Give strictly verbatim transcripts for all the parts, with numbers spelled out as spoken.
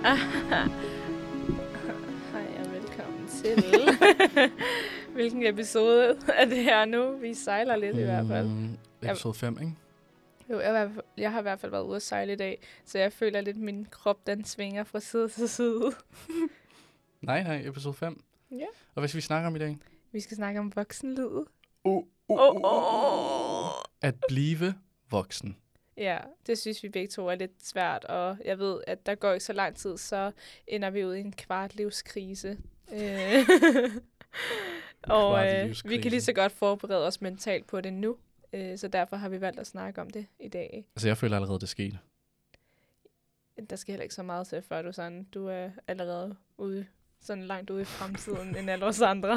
Hej og velkommen til. Hvilken episode er det her nu? Vi sejler lidt mm, i hvert fald. Episode fem, ikke? Jo, jeg, jeg har i hvert fald været ude at sejle i dag, så jeg føler lidt, at min krop den svinger fra side til side. nej, nej, episode fem. Ja. Og hvad skal vi snakke om i dag? Vi skal snakke om voksenlivet. Uh, uh, oh, oh. At blive voksen. Ja, det synes vi begge to er lidt svært, og jeg ved, at der går ikke så lang tid, så ender vi ud i en kvartlivskrise. og øh, vi kan lige så godt forberede os mentalt på det nu, øh, så derfor har vi valgt at snakke om det i dag. Altså, jeg føler allerede, det skete. Der skal heller ikke så meget til, før du sådan, du er allerede ude, sådan langt ude i fremtiden, end alle os andre.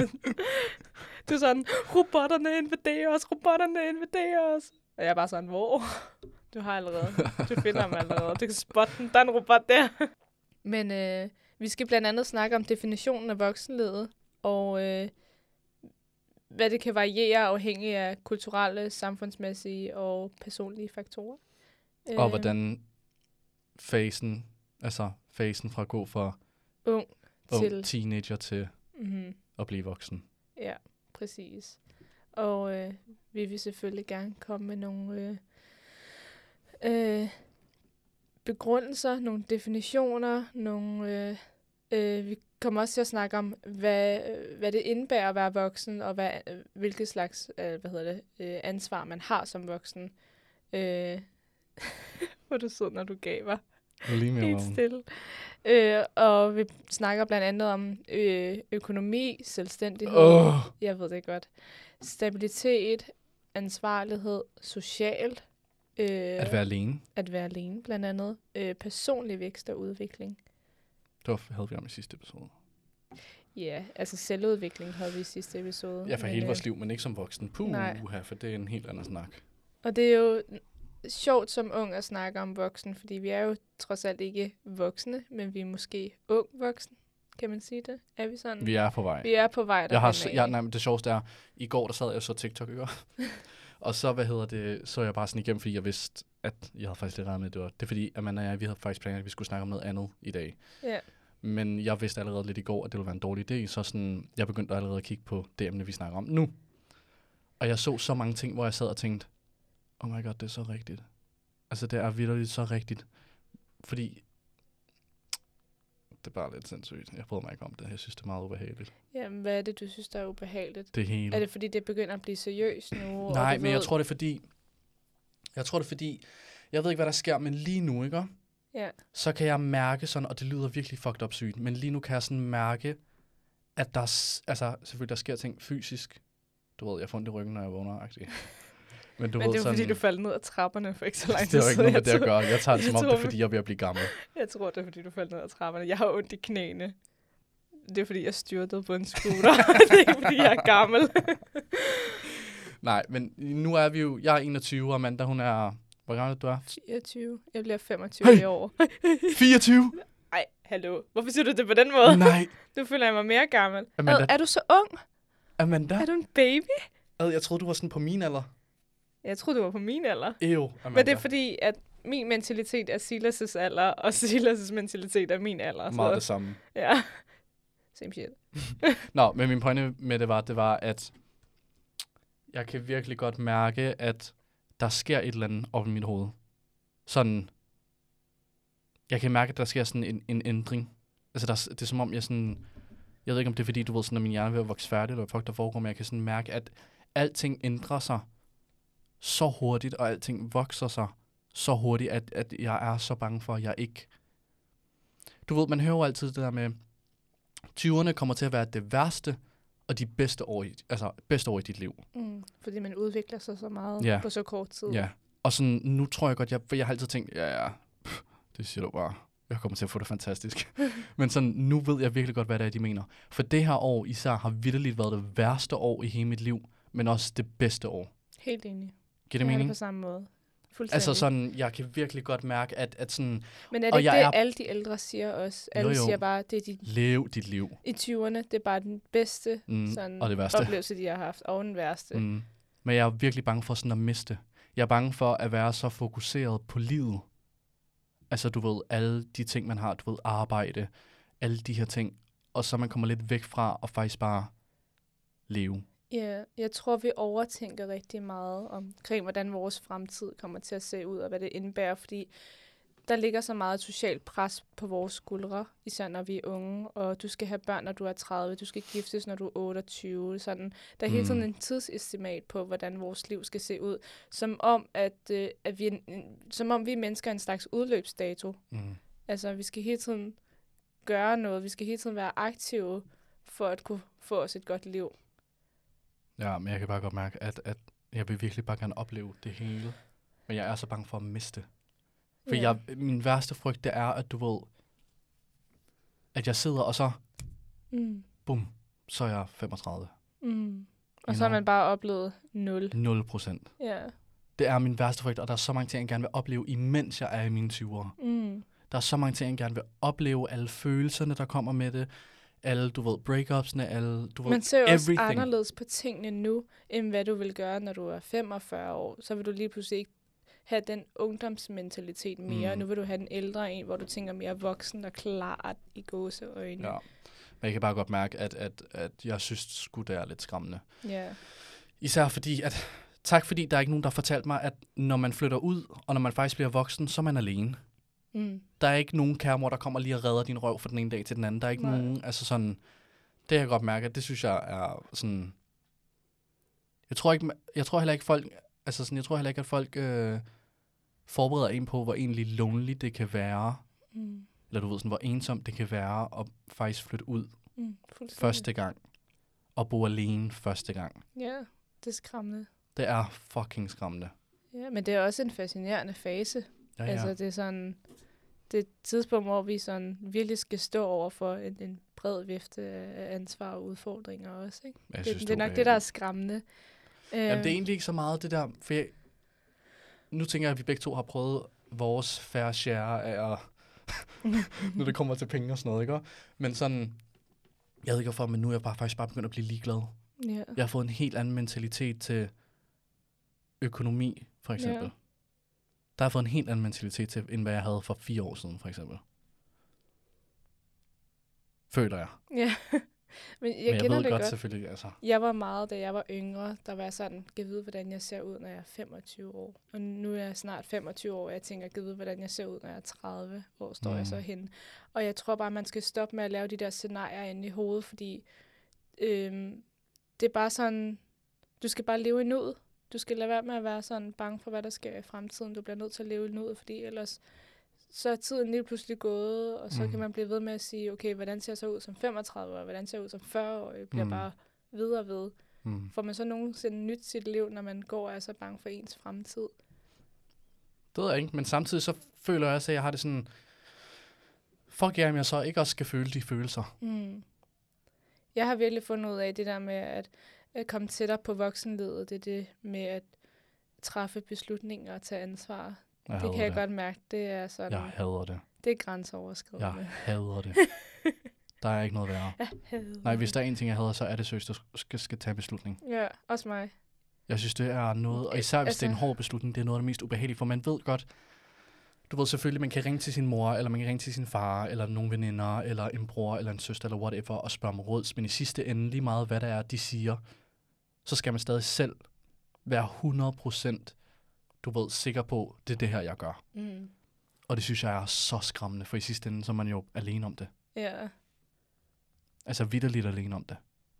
Du er sådan, robotterne invaderer os, robotterne invaderer os. Og jeg er bare sådan, hvor? Du har allerede. Du finder mig allerede. Du kan spotte den. Der er en robot der. Men øh, vi skal blandt andet snakke om definitionen af voksenlivet, og øh, hvad det kan variere afhængig af kulturelle, samfundsmæssige og personlige faktorer. Og øh, hvordan fasen, altså fasen fra at gå fra ung til ung teenager til mm-hmm. at blive voksen. Ja, præcis. Og øh, vi vil selvfølgelig gerne komme med nogle øh, øh, begrundelser, nogle definitioner, nogle, øh, øh, vi kommer også til at snakke om, hvad, hvad det indebærer at være voksen, og hvad, hvilket slags øh, hvad hedder det, øh, ansvar man har som voksen. Øh, hvor du sidder, når du gaver. Lige med helt stille. Øh, og vi snakker blandt andet om øh, økonomi, selvstændighed, oh. jeg ved det godt, stabilitet, ansvarlighed, socialt. Øh, at være alene. At være alene, blandt andet. Øh, personlig vækst og udvikling. Det havde vi om i sidste episode. Ja, yeah, altså selvudvikling havde vi i sidste episode. Ja, for men, hele vores liv, men ikke som voksen. Puh, nej. For det er en helt anden snak. Og det er jo sjovt som ung at snakke om voksen, fordi vi er jo trods alt ikke voksne, men vi er måske ung voksen. Kan man sige det? Er vi sådan? Vi er på vej. Vi er på vej jeg har så, jeg, nej, men det sjoveste er, i går der sad jeg så TikTok, ikke? Og så, hvad hedder det, så jeg bare sådan igennem, fordi jeg vidste, at jeg havde faktisk lidt regnet med, at det var. Det er fordi, Amanda og jeg, vi havde faktisk planer, at vi skulle snakke om noget andet i dag. Ja. Men jeg vidste allerede lidt i går, at det ville være en dårlig idé, så sådan, jeg begyndte allerede at kigge på det emne, vi snakker om nu. Og jeg så så mange ting, hvor jeg sad og tænkte, oh my god, det er så rigtigt. Altså, det er virkelig så rigtigt. Fordi det er bare lidt sindssygt. Jeg bryder mig ikke om det. Jeg synes, det er meget ubehageligt. Jamen, hvad er det, du synes, der er ubehageligt? Det hele. Er det, fordi det begynder at blive seriøst nu? Nej, men ved... jeg tror, det er fordi... Jeg tror, det er fordi... Jeg ved ikke, hvad der sker, men lige nu, ikke? Ja. Så kan jeg mærke sådan, og det lyder virkelig fucked up sygt, men lige nu kan jeg sådan mærke, at der... Altså, selvfølgelig, der sker ting fysisk. Du ved, jeg får ondt i ryggen, når jeg vågner, agtigt. Men, du men ved, det er sådan, fordi, du faldt ned ad trapperne for ikke så lang tid. Det er jo ikke noget med det at gøre. Jeg tager det som om, tror, det er fordi, jeg er ved at blive gammel. Jeg tror, det er fordi, du faldt ned ad trapperne. Jeg har ondt i knæene. Det er fordi, jeg styrtede på en scooter. Det er ikke fordi, jeg er gammel. Nej, men nu er vi jo... Jeg er enogtyve, og Amanda, hun er... Hvor gammel du er? fireogtyve. Jeg bliver femogtyve hey. i år. fireogtyve? Ej, hallo. Hvorfor siger du det på den måde? Nej. Du føler jeg mig mere gammel. Amanda. Er, er du så ung? Amanda. Er du en baby? Jeg troede, du var sådan på min alder. Jeg troede, du var på min alder. Ew, men det er fordi, at min mentalitet er Silas' alder, og Silas' mentalitet er min alder. Meget så. det samme. Ja. Same shit. Nå, men min pointe med det var, det var, at jeg kan virkelig godt mærke, at der sker et eller andet op i mit hoved. Sådan, jeg kan mærke, at der sker sådan en, en ændring. Altså, der, det er som om, jeg sådan, jeg ved ikke, om det er fordi, du ved, sådan, at min hjerne er ved at vokse færdig, eller hvad fuck der foregår, men jeg kan sådan mærke, at alting ændrer sig så hurtigt, og alting vokser sig så hurtigt, at, at jeg er så bange for, at jeg ikke... Du ved, man hører altid det der med, tyverne kommer til at være det værste, og de bedste år i, altså bedste år i dit liv. Mm, fordi man udvikler sig så meget ja. på så kort tid. Ja, og sådan, nu tror jeg godt, jeg, for jeg har altid tænkt, ja, ja, pff, det siger du bare, jeg kommer til at få det fantastisk. Men sådan, nu ved jeg virkelig godt, hvad det er, de mener. For det her år især har vitterligt været det værste år i hele mit liv, men også det bedste år. Helt enig. Giver det mening? Det på samme måde. Altså sådan, jeg kan virkelig godt mærke, at, at sådan... Men er det ikke det, er... alle de ældre siger også? Alle jo, jo. siger bare, det er dit... Lev dit liv. I tyverne, det er bare den bedste mm, sådan, og det værste. oplevelse, de har haft, og den værste. Mm. Men jeg er virkelig bange for sådan at miste. Jeg er bange for at være så fokuseret på livet, Altså, du ved, alle de ting, man har, du ved, arbejde, alle de her ting, og så man kommer lidt væk fra og faktisk bare leve. Ja, jeg tror, vi overtænker rigtig meget omkring, hvordan vores fremtid kommer til at se ud, og hvad det indebærer, fordi der ligger så meget social pres på vores skuldre, især når vi er unge, og du skal have børn, når du er tredive, du skal giftes, når du er otteogtyve, sådan. Der er hele tiden Mm. en tidsestimat på, hvordan vores liv skal se ud, som om, at, øh, at vi, er en, som om vi mennesker er en slags udløbsdato. Mm. Altså, vi skal hele tiden gøre noget, vi skal hele tiden være aktive, for at kunne få os et godt liv. Ja, men jeg kan bare godt mærke, at, at jeg vil virkelig bare gerne opleve det hele. Men jeg er så bange for at miste. For Ja. jeg, min værste frygt, det er, at du ved, at jeg sidder, og så, Mm. bum, så er jeg femogtredive. Mm. Og You så har know. man bare oplevet nul. nul procent. Ja. Det er min værste frygt, og der er så mange ting, jeg gerne vil opleve, imens jeg er i mine tyvere. Mm. Der er så mange ting, jeg gerne vil opleve, alle følelserne, der kommer med det, alle, du ved, breakupsene, alle, du ved, Man ser jo også everything. anderledes på tingene nu, end hvad du vil gøre, når du er femogfyrre år. Så vil du lige pludselig ikke have den ungdomsmentalitet mere. Mm. Nu vil du have den ældre en, hvor du tænker mere voksen og klart i gåseøjne. Ja. Men jeg kan bare godt mærke, at, at, at jeg synes sgu, det er lidt skræmmende. Ja. Især fordi, at tak fordi, der er ikke nogen, der har fortalt mig, at når man flytter ud, og når man faktisk bliver voksen, så er man alene. Mm. Der er ikke nogen kærmor, der kommer lige og redder din røv fra den ene dag til den anden. Der er ikke Nej. nogen, altså sådan, det kan jeg godt mærke, at det synes jeg er sådan, jeg tror ikke, jeg tror heller ikke folk, altså sådan, jeg tror heller ikke, at folk øh, forbereder en på, hvor egentlig lonely det kan være, Mm. eller du ved sådan, hvor ensomt det kan være at faktisk flytte ud Mm. Fuldstændig. første gang, og bo alene første gang. Ja, det er skræmmende. Det er fucking skræmmende. Ja, men det er også en fascinerende fase. Ja, Ja. ja. Altså, det er sådan, det er et tidspunkt, hvor vi sådan virkelig skal stå over for en, en bred vifte af ansvar og udfordringer også, ikke? Jeg Det, synes, det er nok det, der er ubehageligt. skræmmende. Jamen, det er Øhm, egentlig ikke så meget det der, for jeg, nu tænker jeg, at vi begge to har prøvet vores fair share af at, når det kommer til penge og sådan noget, ikke? Men sådan, jeg ved ikke hvorfor, men nu er jeg bare faktisk bare begyndt at blive ligeglad. Ja. Jeg har fået en helt anden mentalitet til økonomi, for eksempel. Ja. Der har jeg fået en helt anden mentalitet til, end hvad jeg havde for fire år siden, for eksempel. Føler jeg. Ja. Men jeg, Men jeg kender ved det godt, godt. selvfølgelig, altså. Jeg var meget, da jeg var yngre, der var jeg sådan, kan vide, hvordan jeg ser ud, når jeg er femogtyve år. Og nu er jeg snart femogtyve år, og jeg tænker, kan vide, hvordan jeg ser ud, når jeg er tredive. Hvor står mm. jeg Mm. så henne? Og jeg tror bare, man skal stoppe med at lave de der scenarier inde i hovedet, fordi øhm, det er bare sådan, du skal bare leve i nuet. Du skal lade være med at være sådan bange for, hvad der sker i fremtiden. Du bliver nødt til at leve i nuet, fordi ellers så er tiden lige pludselig gået, og så mm. kan Mm. man blive ved med at sige, okay, hvordan ser jeg så ud som femogtredive år, hvordan ser jeg ud som fyrre år, jeg bliver Mm. mm. bare videre ved. Mm. Får man så nogensinde nyt sit liv, når man går og er så bange for ens fremtid? Det ved jeg ikke, men samtidig så føler jeg også, at jeg har det sådan, fuck jer, om jeg så ikke også skal føle de følelser. Mm. Jeg har virkelig fundet ud af det der med at, at komme tættere på voksenlivet, det er det med at træffe beslutninger og tage ansvar. Jeg Det hader kan jeg godt mærke, det er sådan, Jeg hader det. det er grænseoverskridende. Jeg hader det. Der er ikke noget værre. Jeg hader Nej, hvis det. der er en ting, jeg hader, så er det seriøst, at du skal, skal tage en beslutning. Ja, også mig. Jeg synes, det er noget, og især hvis altså, det er en Altså- hård beslutning, det er noget af det mest ubehagelige, for man ved godt, du ved selvfølgelig, man kan ringe til sin mor, eller man kan ringe til sin far, eller nogle veninder, eller en bror, eller en søster, eller whatever, og spørge om råds, men i sidste ende, lige meget hvad det er, de siger, så skal man stadig selv være hundrede procent, du ved, sikker på, det er det her, jeg gør. Mm. Og det synes jeg er så skræmmende, for i sidste ende, så er man jo alene om det. Ja. Altså vitterligt alene om det.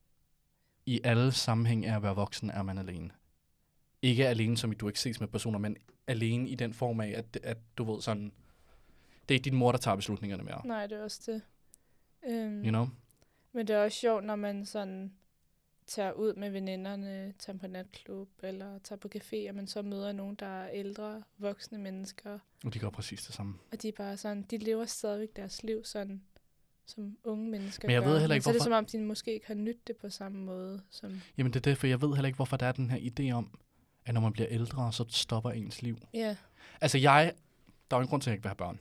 I alle sammenhæng af at være voksen, er man alene. Ikke alene, som i du ikke ses med personer, men alene i den form af, at, at du ved sådan, det er ikke din mor, der tager beslutningerne mere. Nej, det er også det. Um, You know? Men det er også sjovt, når man sådan tager ud med veninderne, tager på natklub, eller tager på café, og man så møder nogen, der er ældre, voksne mennesker, Og de gør præcis det samme. og de er bare sådan, de lever stadigvæk deres liv sådan, som unge mennesker Men jeg gør. ved heller ikke, så er det hvorfor- som om, de måske ikke har nydt det på samme måde. Som, Jamen det er det, for jeg ved heller ikke, hvorfor der er den her idé om, at når man bliver ældre, så stopper ens liv. ja, Altså jeg, der er jo en grund til, at jeg ikke vil have børn.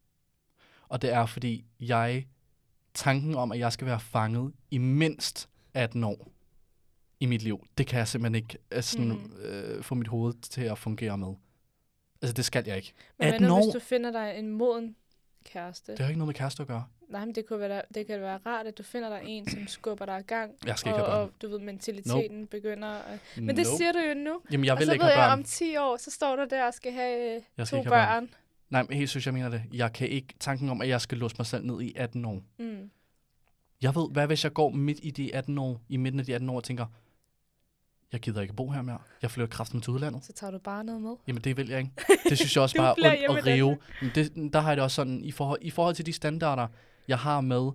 Og det er, fordi jeg, tanken om, at jeg skal være fanget i mindst atten år i mit liv, det kan jeg simpelthen ikke øh, sådan, Mm. øh, få mit hoved til at fungere med. Altså, det skal jeg ikke. Men atten nu, år? hvis du finder dig en moden kæreste. Det har ikke noget med kæreste at gøre. Nej, men det, kunne være, det kan være rart, at du finder dig en, som skubber dig i gang. Jeg skal og, ikke have børn. og du ved, mentaliteten nope. begynder. At... Men nope. det siger du jo nu. Jamen, jeg vil og så ikke ved have jeg, børn. om ti år, så står du der og skal have øh, jeg skal to ikke have børn. børn. Nej, men helt synes jeg mener det. Jeg kan ikke tanken om, at jeg skal låse mig selv ned i atten år. Mm. Jeg ved, hvad hvis jeg går midt i de atten år, i midten af de atten år, og tænker, jeg gider ikke bo her mere. Jeg flytter kraften til udlandet. Så tager du bare noget med. Jamen, det vil jeg ikke. Det synes jeg også bare er ondt at rive. Men det, der har jeg det også sådan, i forhold, i forhold til de standarder, jeg har med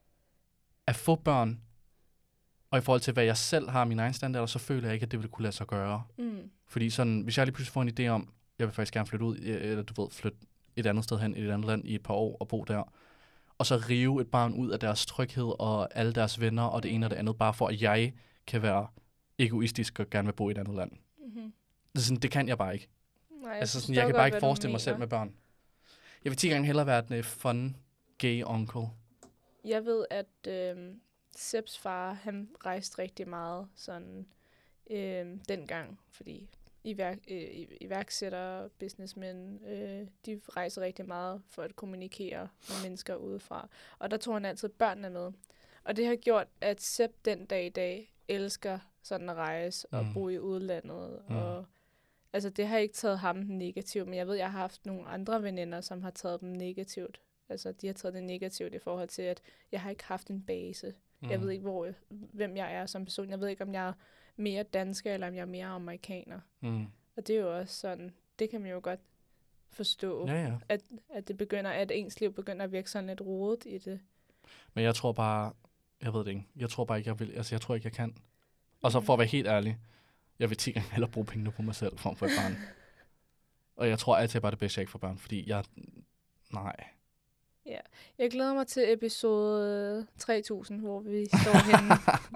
at få børn, og i forhold til, hvad jeg selv har mine egne standarder, så føler jeg ikke, at det ville kunne lade sig gøre. Mm. Fordi sådan, hvis jeg lige pludselig får en idé om, jeg vil faktisk gerne flytte ud, eller du ved, flytte et andet sted hen, i et andet land i et par år, og bo der, og så rive et barn ud af deres tryghed, og alle deres venner, og det ene og det andet, bare for at jeg kan være egoistisk og gerne vil bo i et andet land. Mm-hmm. Det, sådan, det kan jeg bare ikke. Nej, jeg altså, sådan, jeg kan godt, bare ikke forestille mig selv med børn. Jeg vil ti gange hellere være en uh, fun, gay onkel. Jeg ved, at øh, Seps far, han rejste rigtig meget sådan øh, dengang, fordi iværk, øh, iværksættere, businessmænd, øh, de rejser rigtig meget for at kommunikere med mennesker udefra. Og der tog han altid børnene med. Og det har gjort, at Sepp den dag i dag elsker sådan at rejse og mm. bo i udlandet. Mm. Og, altså, det har ikke taget ham negativt, men jeg ved, jeg har haft nogle andre veninder, som har taget dem negativt. Altså, de har taget det negativt i forhold til, at jeg har ikke haft en base. Mm. Jeg ved ikke, hvor, hvem jeg er som person. Jeg ved ikke, om jeg er mere dansker, eller om jeg er mere amerikaner. Mm. Og det er jo også sådan, det kan man jo godt forstå, ja, ja. At, at det begynder, at ens liv begynder at virke sådan lidt rodet i det. Men jeg tror bare, jeg ved det ikke, jeg tror bare ikke, jeg vil, altså jeg tror ikke, jeg kan. Og så for at være helt ærlig, jeg vil ti gange hellere bruge pengene på mig selv, frem for et barn. Og jeg tror altid bare det bedste, jeg ikke får børn, fordi jeg, nej. Ja, jeg glæder mig til episode tre tusind, hvor vi står henne.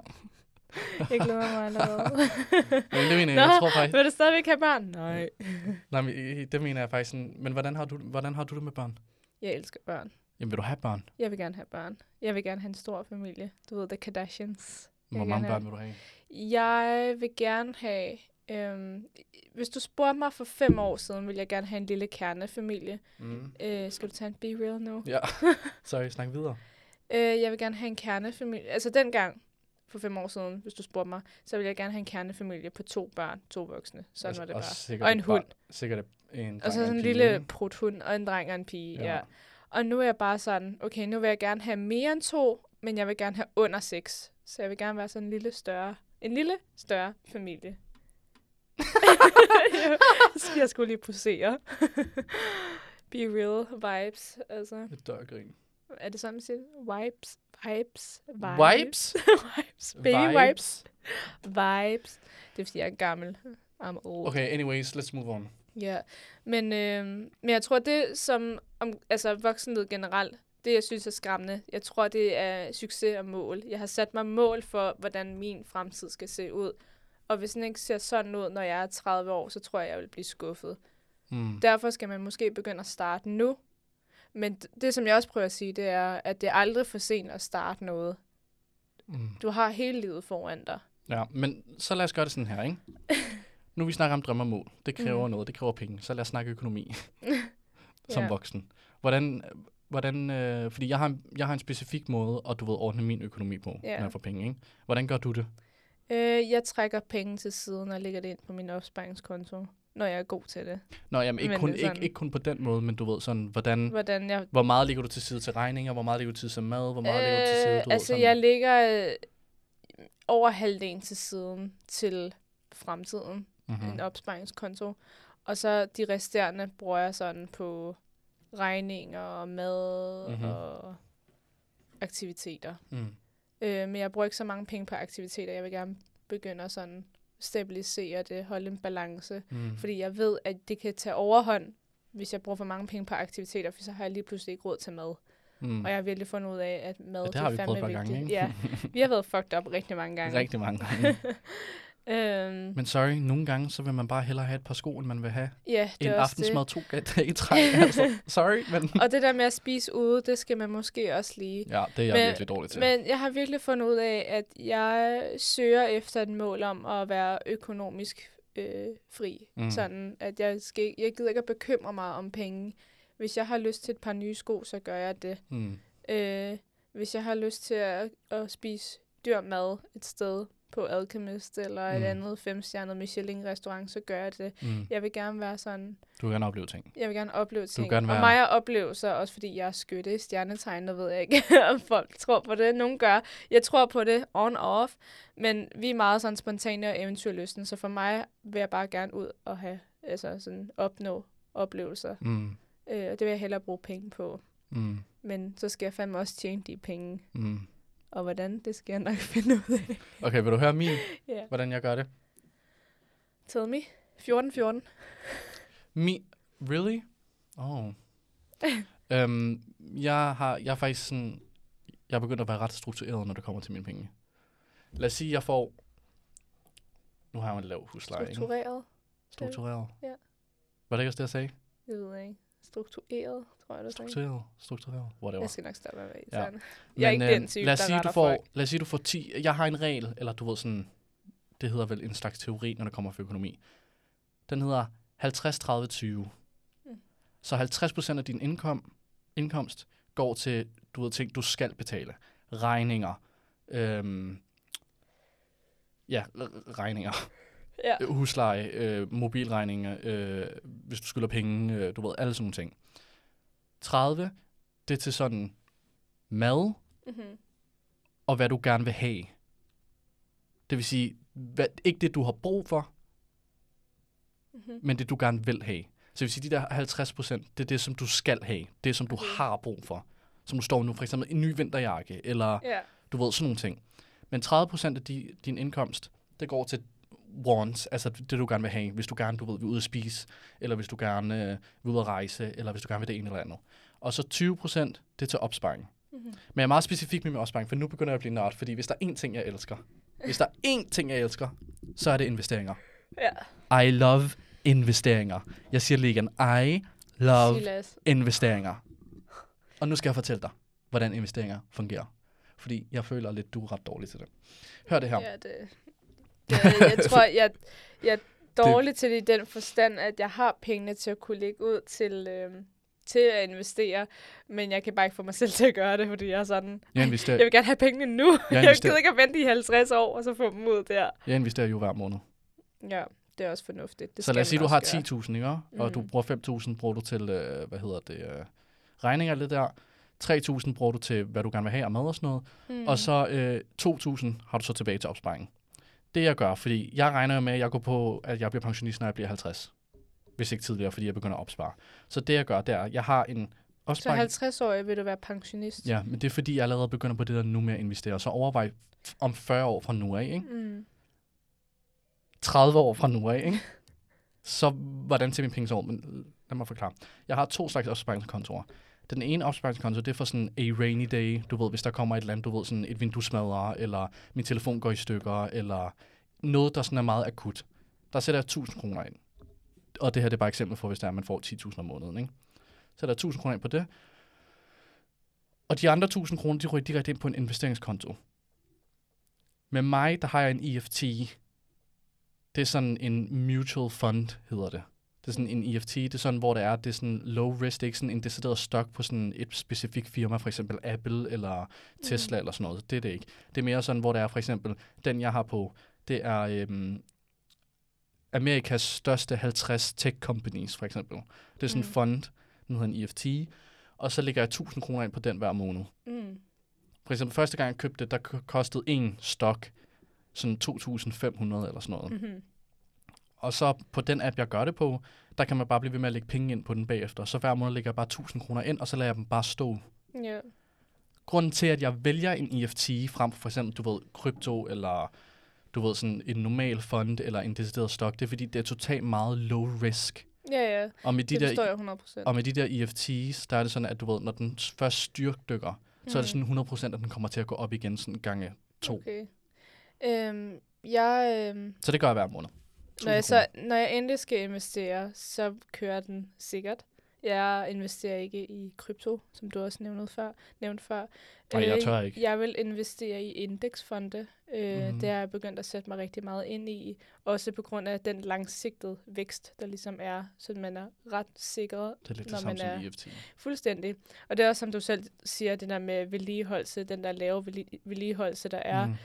Jeg glæder mig allerede. Men det mener jeg, jeg tror faktisk... Vil du stadigvæk have børn? Nej. Nej, men det mener jeg faktisk sådan... Men hvordan har du, hvordan har du det med børn? Jeg elsker børn. Jamen, vil du have børn? Jeg vil gerne have børn. Jeg vil gerne have en stor familie. Du ved, The Kardashians. Hvor mange børn vil du have? Jeg vil gerne have... Øhm, hvis du spurgte mig for fem år siden, ville jeg gerne have en lille kernefamilie. Mm. Øh, skal du tage en Be Real nu? Ja. Sorry, snak videre. øh, jeg vil gerne have en kernefamilie. Altså dengang, for fem år siden, hvis du spurgte mig, så ville jeg gerne have en kernefamilie på to børn, to voksne. Sådan altså, var det bare. Og en hund. Bar- sikkert en og så sådan en lille pruthund, og en dreng og en pige. Ja. Ja. Og nu er jeg bare sådan, okay, nu vil jeg gerne have mere end to, men jeg vil gerne have under seks. Så jeg vil gerne være sådan en lille større, en lille større familie. Jeg skulle lige posere. Be real vibes, altså. Et dørgrin. Er det sådan, man siger? Vibes, vibes, vibes. Vibes? Vibes. Baby vibes. Vibes. Det er, fordi jeg er gammel. I'm old. Okay, anyways, let's move on. Ja, yeah. men, øh, men jeg tror, det som, om, altså voksenlivet generelt, det jeg synes er skræmmende, jeg tror, det er succes og mål. Jeg har sat mig mål for, hvordan min fremtid skal se ud. Og hvis den ikke ser sådan ud, når jeg er tredive år, så tror jeg, jeg vil blive skuffet. Mm. Derfor skal man måske begynde at starte nu. Men det, som jeg også prøver at sige, det er, at det er aldrig for sent at starte noget. Mm. Du har hele livet foran dig. Ja, men så lad os gøre det sådan her, ikke? Nu vi snakker om drømme og mål. Det kræver mm. noget, det kræver penge. Så lad os snakke økonomi som yeah. voksen. Hvordan, hvordan øh, fordi jeg har, en, jeg har en specifik måde, at du ved ordne min økonomi på, yeah. når jeg får penge, ikke? Hvordan gør du det? Øh, jeg trækker penge til siden og lægger det ind på min opsparingskonto, når jeg er god til det. Nå, jamen ikke, kun, ikke, ikke kun på den måde, men du ved sådan, hvordan, hvordan jeg... hvor meget ligger du til side til regninger, hvor meget ligger du til side til mad, hvor meget øh, ligger du til side, du altså, ved, jeg ligger øh, over halvdelen til siden til fremtiden, mm-hmm. en opsparingskonto, og så de resterende bruger jeg sådan på regninger og mad mm-hmm. og aktiviteter. Mm. Øh, men jeg bruger ikke så mange penge på aktiviteter. Jeg vil gerne begynde at sådan stabilisere det, holde en balance. Mm. Fordi jeg ved, at det kan tage overhånd, hvis jeg bruger for mange penge på aktiviteter, for så har jeg lige pludselig ikke råd til mad. Mm. Og jeg har virkelig fundet ud af, at mad ja, det er har fandme vigtigt. Gange, ikke? Ja, vi har været fucked up rigtig mange gange. Rigtig mange gange. øhm, men sorry, nogle gange, så vil man bare hellere have et par sko, end man vil have ja, det en aftensmad to dage i træk. Altså, sorry, men... Og det der med at spise ude, det skal man måske også lige. Ja, det er jeg men, virkelig dårlig til. Men jeg har virkelig fundet ud af, at jeg søger efter et mål om at være økonomisk øh, fri. Mm. Sådan, at jeg, skal, jeg gider ikke at bekymre mig om penge. Hvis jeg har lyst til et par nye sko, så gør jeg det. Mm. Øh, hvis jeg har lyst til at, at spise dyr mad et sted på Alchemist, eller et Mm. andet femstjernet Michelin-restaurant, så gør jeg det. Mm. Jeg vil gerne være sådan... Du vil gerne opleve ting. Jeg vil gerne opleve ting. gerne være- Og mig at opleve så, også fordi jeg er skytte i stjernetegn, der ved jeg ikke, om folk tror på det. Nogle gør. Jeg tror på det on og off, men vi er meget sådan spontane og eventyrlysten, så for mig vil jeg bare gerne ud og have, altså sådan opnå oplevelser. Mm. Øh, og det vil jeg hellere bruge penge på. Mm. Men så skal jeg fandme også tjene de penge. Mm. Og hvordan, det skal jeg nok finde ud af. Okay, vil du høre min, Ja. hvordan jeg gør det? Tell me. fjorten fjorten. Mi, really? Oh. øhm, jeg har, jeg er faktisk sådan, jeg er begyndt at være ret struktureret, når det kommer til mine penge. Lad os sige, jeg får, nu har jeg en lav husleje, ikke? Struktureret. Struktureret. Ja. Var det ikke også det, jeg sagde? Jeg ved ikke. Struktureret, tror jeg, du sagde. Struktureret, struktureret, whatever. Jeg skal nok stoppe med at være Ja. irriterende. Jeg er ikke den type, lad os der sige, retter du får, folk. lad os sige, du får ti, jeg har en regel, eller du ved sådan, det hedder vel en slags teori, når det kommer for økonomi. Den hedder halvtreds tredive tyve. Mm. Så halvtreds procent af din indkom, indkomst går til, du ved, ting, du skal betale. Regninger. Øhm, ja, r- regninger. Ja. Øh, Husleje, øh, mobilregninger, øh, hvis du skylder penge, øh, du ved, alle sådan nogle ting. tredive, det er til sådan mad, Mm-hmm. og hvad du gerne vil have. Det vil sige, hvad, ikke det, du har brug for, Mm-hmm. men det, du gerne vil have. Så det vil sige, de der halvtreds procent, det er det, som du skal have. Det, som du Okay. har brug for. Som du står nu, for eksempel en ny vinterjakke, eller Ja. du ved, sådan nogle ting. Men tredive procent af di, din indkomst, det går til wants, altså det, du gerne vil have. Hvis du gerne, du ved, vil ud at spise, eller hvis du gerne øh, vil ud at rejse, eller hvis du gerne vil det ene eller andet. Og så tyve procent, det er til opsparing. Mm-hmm. Men jeg er meget specifik med min opsparing, for nu begynder jeg at blive nørd, fordi hvis der er én ting, jeg elsker, hvis der er én ting, jeg elsker, så er det investeringer. Ja. I love investeringer. Jeg siger lige igen, I love Silas. investeringer. Og nu skal jeg fortælle dig, hvordan investeringer fungerer. Fordi jeg føler lidt, du er ret dårlig til det. Hør det her. Ja, det, det, jeg tror, jeg, jeg er dårlig til det i den forstand, at jeg har pengene til at kunne lægge ud til, øhm, til at investere, men jeg kan bare ikke få mig selv til at gøre det, fordi jeg er sådan, Jeg investerer, jeg vil gerne have pengene nu. Jeg, investerer- gider ikke at vente i halvtreds år, og så få dem ud der. jeg investerer jo hver måned. Ja, det er også fornuftigt. Det Så skal lad os sige, man du har også gøre. ti tusind, ikke? Og du Mhm. bruger fem tusind, bruger du til, øh, hvad hedder det, øh, regninger lidt der. tre tusind bruger du til, hvad du gerne vil have og mad og sådan noget. Mm. Og så øh, to tusind har du så tilbage til opsparing. Det jeg gør, fordi jeg regner jo med, at jeg går på, at jeg bliver pensionist, når jeg bliver halvtreds. Hvis ikke tidligere, fordi jeg begynder at opspare. Så det jeg gør, det er, at jeg har en Så opsparing. halvtreds år vil du være pensionist? Ja, men det er fordi, jeg allerede begynder på det der nu med at investere. Så overvej f- om fyrre år fra nu af, ikke? Mm. tredive år fra nu af, ikke? Så hvordan ser mine penge så ud? Men lad mig forklare. Jeg har to slags opsparingskontorer. Den ene opsparingskonto, det er for sådan a rainy day. Du ved, hvis der kommer et eller andet, du ved, sådan et vindue smadrer, eller min telefon går i stykker, eller noget, der sådan er meget akut. Der sætter jeg tusind kroner ind. Og det her det er bare et eksempel for, hvis der er, at man får ti tusind om måneden, ikke? Så sætter jeg tusind kroner ind på det. Og de andre tusind kroner, de ryger direkte ind på en investeringskonto. Med mig, der har jeg en E F T. Det er sådan en mutual fund, hedder det. Det er sådan en E F T, det er sådan, hvor det er, det er sådan low risk, det er ikke sådan en decideret stok på sådan et specifikt firma, for eksempel Apple eller Tesla mm. eller sådan noget. Det er det ikke. Det er mere sådan, hvor det er for eksempel, den jeg har på, det er øhm, Amerikas største halvtreds tech companies, for eksempel. Det er sådan en Mm. fund, den hedder en E F T, og så lægger jeg tusind kroner ind på den hver måned. Mm. For eksempel, første gang jeg købte det, der k- kostede en stok sådan to tusind fem hundrede eller sådan noget. Mm-hmm. Og så på den app, jeg gør det på, der kan man bare blive ved med at lægge penge ind på den bagefter. Så hver måned lægger jeg bare tusind kroner ind, og så lader jeg dem bare stå. Ja. Grunden til, at jeg vælger en E F T frem for for eksempel, du ved, krypto, eller du ved, sådan en normal fund, eller en decideret stok, det er fordi, det er totalt meget low risk. Ja, ja. Og med de, Det forstår der, jeg hundrede procent. og med de der E F T's, der er det sådan, at du ved, når den først styrtdykker, så er det Mm. sådan hundrede procent, at den kommer til at gå op igen sådan gange to. Okay. Øhm, jeg, øhm, Så det gør jeg hver måned. når, jeg tusind så, når jeg endelig skal investere, så kører den sikkert. Jeg investerer ikke i krypto, som du også nævnte før. Nævnt før. Nej, jeg tør ikke. Jeg vil investere i indeksfonde. Øh, Mhm. Det har jeg begyndt at sætte mig rigtig meget ind i. Også på grund af den langsigtede vækst, der ligesom er, så man er ret sikret, Det er lidt når det man samme som er E F T. fuldstændig. Og det er også, som du selv siger, det der med vedligeholdelse, den der lave vedli- vedligeholdelse, der er. Mm.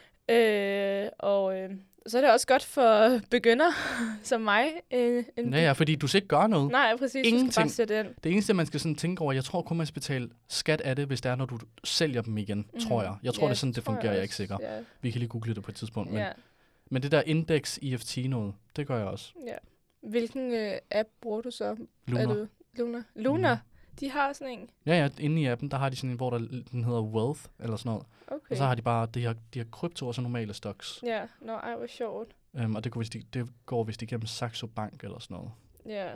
Øh, og øh, så er det også godt for begynder som mig. Øh, en Ja, ja, fordi du skal ikke gøre noget. Nej, præcis. Du skal Ingenting. bare sætte ind. Det eneste, man skal sådan tænke over, jeg tror kun, man skal betale skat af det, hvis det er, når du sælger dem igen, mm. tror jeg. Jeg tror, Ja, det er sådan, det tror fungerer, jeg, jeg jeg er ikke også. sikker. Ja. Vi kan lige google det på et tidspunkt. Men, Ja. men det der index E F T noget, det gør jeg også. Ja. Hvilken øh, app bruger du så? Luna. Er du Luna? Luna? De har sådan en. Ja, ja, inde i appen, der har de sådan en, hvor der, den hedder Wealth, eller sådan noget. Okay. Og så har de bare, de har, de har krypto og så normale stocks. Ja, nå, ej, hvor sjovt. Um, og det går, vist, i- det går vist igennem Saxo Bank eller sådan noget. Ja.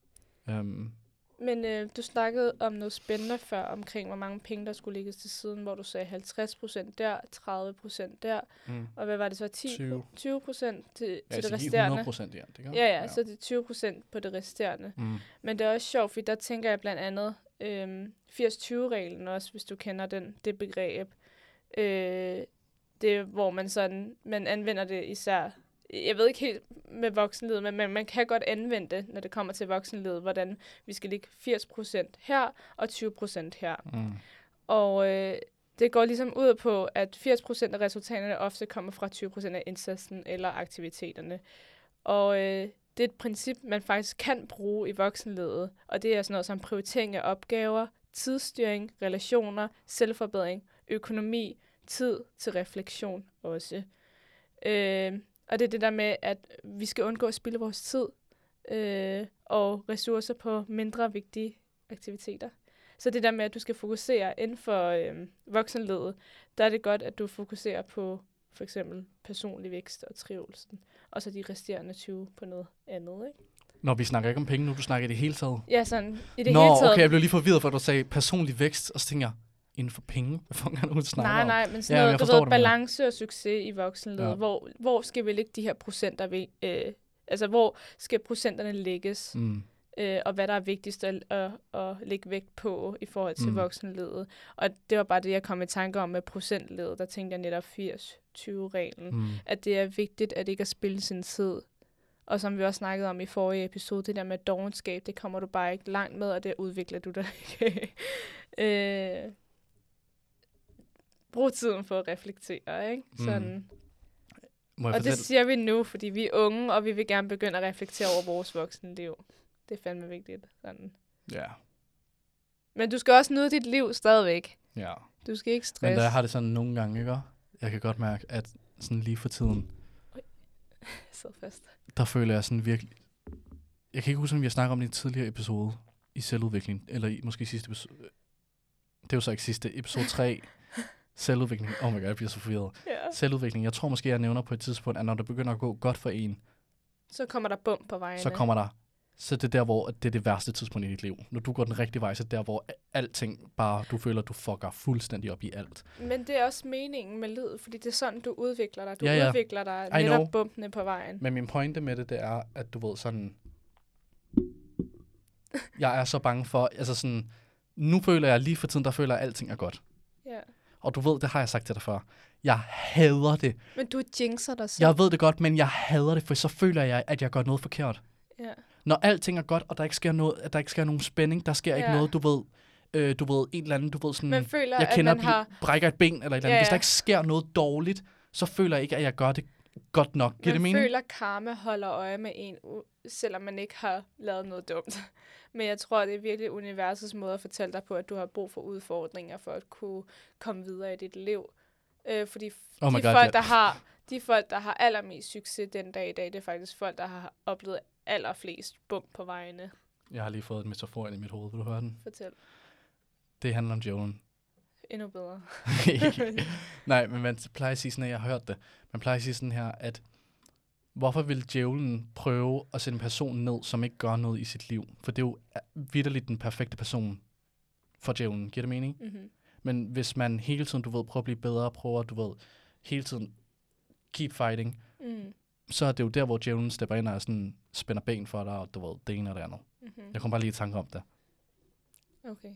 Um, Men øh, du snakkede om noget spændende før, omkring hvor mange penge, der skulle lægges til siden, hvor du sagde halvtreds procent der, tredive procent der, mm. og hvad var det så, ti, tyve. tyve procent til, Ja, til altså det lige resterende? hundrede procent ja. Det gør. Ja, ja, så det er tyve procent på det resterende. Mm. Men det er også sjovt, fordi der tænker jeg blandt andet øhm, firs tyve-reglen også, hvis du kender den, det begreb. Øh, det er, hvor man sådan, man anvender det især, jeg ved ikke helt med voksenlivet, men man, man kan godt anvende det, når det kommer til voksenlivet, hvordan vi skal ligge firs procent her og tyve procent her. Mm. Og øh, det går ligesom ud på, at firs procent af resultaterne ofte kommer fra tyve procent af indsatsen eller aktiviteterne. Og øh, det er et princip, man faktisk kan bruge i voksenlivet, og det er sådan noget som prioritering af opgaver, tidsstyring, relationer, selvforbedring, økonomi, tid til refleksion også. Øh, og det er det der med, at vi skal undgå at spilde vores tid øh, og ressourcer på mindre vigtige aktiviteter. Så det der med, at du skal fokusere inden for øh, voksenlivet, der er det godt, at du fokuserer på for eksempel personlig vækst og trivselsen, og så de resterende tyve på noget andet, ikke? Når vi snakker ikke om penge nu, du snakker i det hele taget. Ja, sådan i det Nå, hele taget. okay, jeg blev lige forvirret, for du sagde personlig vækst, og så tænker jeg, inden for penge? Hvad fuck er det, hun snakker Nej, om? nej, men sådan Ja, men noget, jeg du forstår, ved, hvad du mener. balance og succes i voksenlivet. Ja. Hvor, hvor skal vi lægge de her procenter? Vi, øh, altså, hvor skal procenterne lægges? Mm. Øh, og hvad der er vigtigst at, at, at lægge vægt på i forhold til Mm. mm. voksenlivet. Og det var bare det, jeg kom i tanke om med procentledet. Der tænkte jeg netop firs tyve-reglen. Mm. Mm. At det er vigtigt, at ikke at spille sin tid. Og som vi også snakkede om i forrige episode, det der med dovenskab, det kommer du bare ikke langt med, og det udvikler du dig ikke. øh, brug tiden for at reflektere, ikke? Sådan. Må jeg Og det fortælle? siger vi nu, fordi vi er unge, og vi vil gerne begynde at reflektere over vores voksenliv. Det er fandme vigtigt. Sådan. Ja, Men du skal også nyde dit liv stadigvæk. ja. Du skal ikke Men stresse. der jeg har det sådan nogle gange, ikke? Jeg kan godt mærke, at sådan lige for tiden, Sid fast. der føler jeg sådan virkelig... Jeg kan ikke huske, om vi har snakket om det i en tidligere episode i selvudvikling, eller i måske sidste episode... Det er jo så ikke sidste, episode tre. Selvudvikling. Oh my god, jeg bliver så forvirret. Ja. Selvudvikling. Jeg tror måske, jeg nævner på et tidspunkt, at når det begynder at gå godt for en, Så kommer der bump på vejen. så kommer der... Så det er der, hvor det er det værste tidspunkt i dit liv. Når du går den rigtige vej, så er det der, hvor alting bare, du føler, du fucker fuldstændig op i alt. Men det er også meningen med livet, fordi det er sådan, du udvikler dig. Du Ja, ja. udvikler dig I netop know. bumpene på vejen. Men min pointe med det, det er, at du ved sådan... Jeg er så bange for, altså sådan... Nu føler jeg lige for tiden, der føler jeg, at alting er godt. Ja. Og du ved, det har jeg sagt til dig før. Jeg hader det. Men du jinxer dig selv. Jeg ved det godt, men jeg hader det, for så føler jeg, at jeg gør noget forkert. Ja. Når alting er godt, og der ikke sker noget, at der ikke sker nogen spænding, der sker ja. ikke Ja. noget, du ved, øh, du ved, en eller anden, du ved sådan, Man føler, jeg at kender, man har... bl- brækker et ben eller et eller andet. Ja, Hvis der ja. ikke sker noget dårligt, så føler jeg ikke, at jeg gør det godt nok. Giver det Man mening? føler, at karma holder øje med en, u- selvom man ikke har lavet noget dumt. Men jeg tror, det er virkelig universets måde at fortælle dig på, at du har brug for udfordringer for at kunne komme videre i dit liv. Øh, fordi Oh my de God, folk, ja. der har, de folk, der har allermest succes den dag i dag, det er faktisk folk, der har oplevet allerflest bump på vejene. Jeg har lige fået en metafor ind i mit hoved. Vil du høre den? Fortæl. Det handler om djævlen. Endnu bedre. Nej, men man plejer at sige sådan, at jeg har hørt det. Man plejer at sige sådan her, at hvorfor vil djævlen prøve at sætte en person ned, som ikke gør noget i sit liv? For det er jo vitterligt den perfekte person for djævlen. Giver det mening? Mm-hmm. Men hvis man hele tiden, du ved, prøver at blive bedre, prøver, du ved, hele tiden keep fighting, Mm. så er det jo der, hvor djævlen stepper ind og sådan, spænder ben for dig, og du ved, det ene og det andet. Mm-hmm. Jeg kom bare lige i tanke om det. Okay.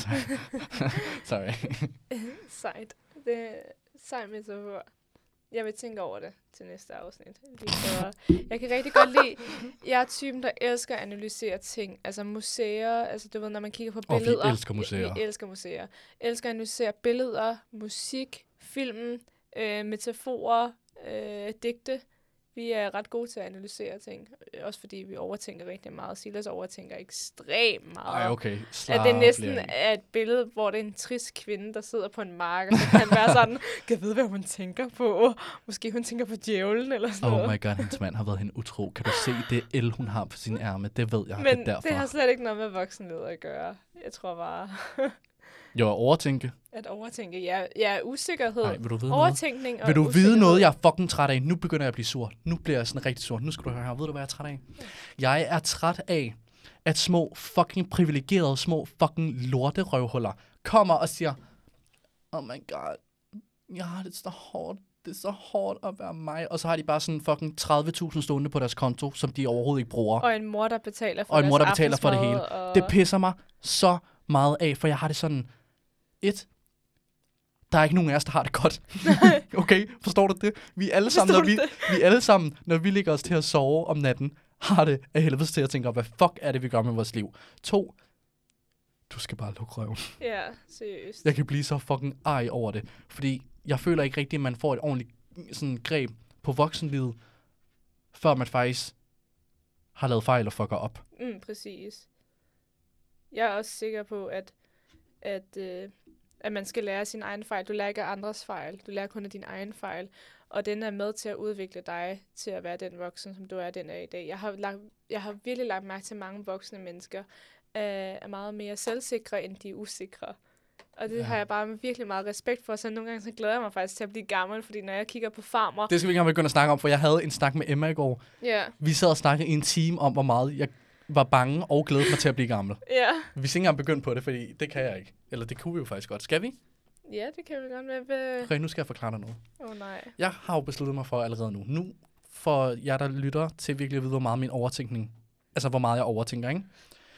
Sorry. Sejt. Det er sejt metafor. Jeg vil tænke over det til næste afsnit. Lige for, jeg kan rigtig godt lide, jeg er typen, der elsker at analysere ting. Altså museer, altså du ved, når man kigger på billeder. Og vi elsker museer. Vi, vi elsker museer. Elsker at analysere billeder, musik, film, øh, metaforer, øh, digte. Vi er ret gode til at analysere ting. Også fordi vi overtænker rigtig meget. Silas overtænker ekstremt meget. Ej, okay. Slap at det næsten lige. er et billede, hvor det er en trist kvinde, der sidder på en mark, og så kan være sådan, kan jeg vide, hvad hun tænker på? Måske hun tænker på djævlen, eller sådan Oh noget. my god, hendes mand har været hende utro. Kan du se det el, hun har på sin ærme? Det ved jeg, Men det er derfor. det har slet ikke noget med voksenleder at gøre. Jeg tror bare, Jo, at overtænke. at overtænke. Ja, ja usikkerhed. Nej, vil du vide noget? Overtænkning og Vil du usikkerhed. vide noget, jeg er fucking træt af? Nu begynder jeg at blive sur. Nu bliver jeg sådan rigtig sur. Nu skal du høre her. Ved du, hvad jeg er træt af? Jeg er træt af, at små fucking privilegerede, små fucking lorterøvhuller kommer og siger, oh my god, jeg har det så hårdt. Det er så hårdt at være mig. Og så har de bare sådan fucking tredive tusind stående på deres konto, som de overhovedet ikke bruger. Og en mor, der betaler for Og en mor, der deres betaler for det hele. aftensmad, og... Det pisser mig så meget af, for jeg har det sådan, et, der er ikke nogen af os, der har det godt. Okay, forstår du det? Vi er alle sammen, når vi, vi er alle sammen, når vi ligger os til at sove om natten, har det af helvede til at tænke, hvad fuck er det, vi gør med vores liv? To, du skal bare lukke røven. Ja, seriøst. Jeg kan blive så fucking ej over det, fordi jeg føler ikke rigtigt, at man får et ordentligt sådan, greb på voksenlivet, før man faktisk har lavet fejl og fucker op. Mm, præcis. Jeg er også sikker på, at, at, øh, at man skal lære sin egen fejl. Du lærer ikke af andres fejl. Du lærer kun af din egen fejl. Og den er med til at udvikle dig til at være den voksen, som du er den af i dag. Jeg har, lagt, jeg har virkelig lagt mærke til, at mange voksne mennesker er, er meget mere selvsikre, end de er usikre. Og det Ja. har jeg bare virkelig meget respekt for. Så nogle gange så glæder jeg mig faktisk til at blive gammel, fordi når jeg kigger på farmer... Det skal vi ikke engang begynde at snakke om, for jeg havde en snak med Emma i går. Ja, Vi sad og snakkede i en time om, hvor meget jeg var bange og glædede mig til at blive gammel. ja. Vi skal ikke engang begynde på det, fordi det kan jeg ikke. Eller det kunne vi jo faktisk godt. Skal vi? Ja, det kan vi godt med. Okay, nu skal jeg forklare dig noget. Åh oh, nej. Jeg har jo besluttet mig for allerede nu. Nu for jer, der lytter til virkelig at vide, hvor meget min overtænkning... Altså, hvor meget jeg overtænker, ikke?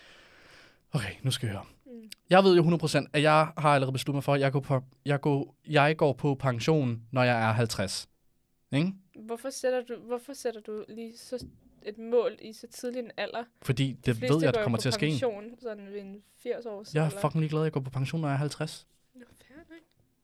Okay, nu skal jeg høre. Mm. Jeg ved jo hundrede procent, at jeg har allerede besluttet mig for, at jeg går på, jeg går, jeg går på pension, når jeg er halvtreds. Ikke? Hvorfor sætter du, hvorfor sætter du lige så et mål i så tidlig en alder? Fordi det Fleste ved jeg, går at jo kommer på til at ske. pension, sådan ved en firs års Jeg er alder. fucking ligeglad, at jeg går på pension, når jeg er halvtreds. Nå, fair nok.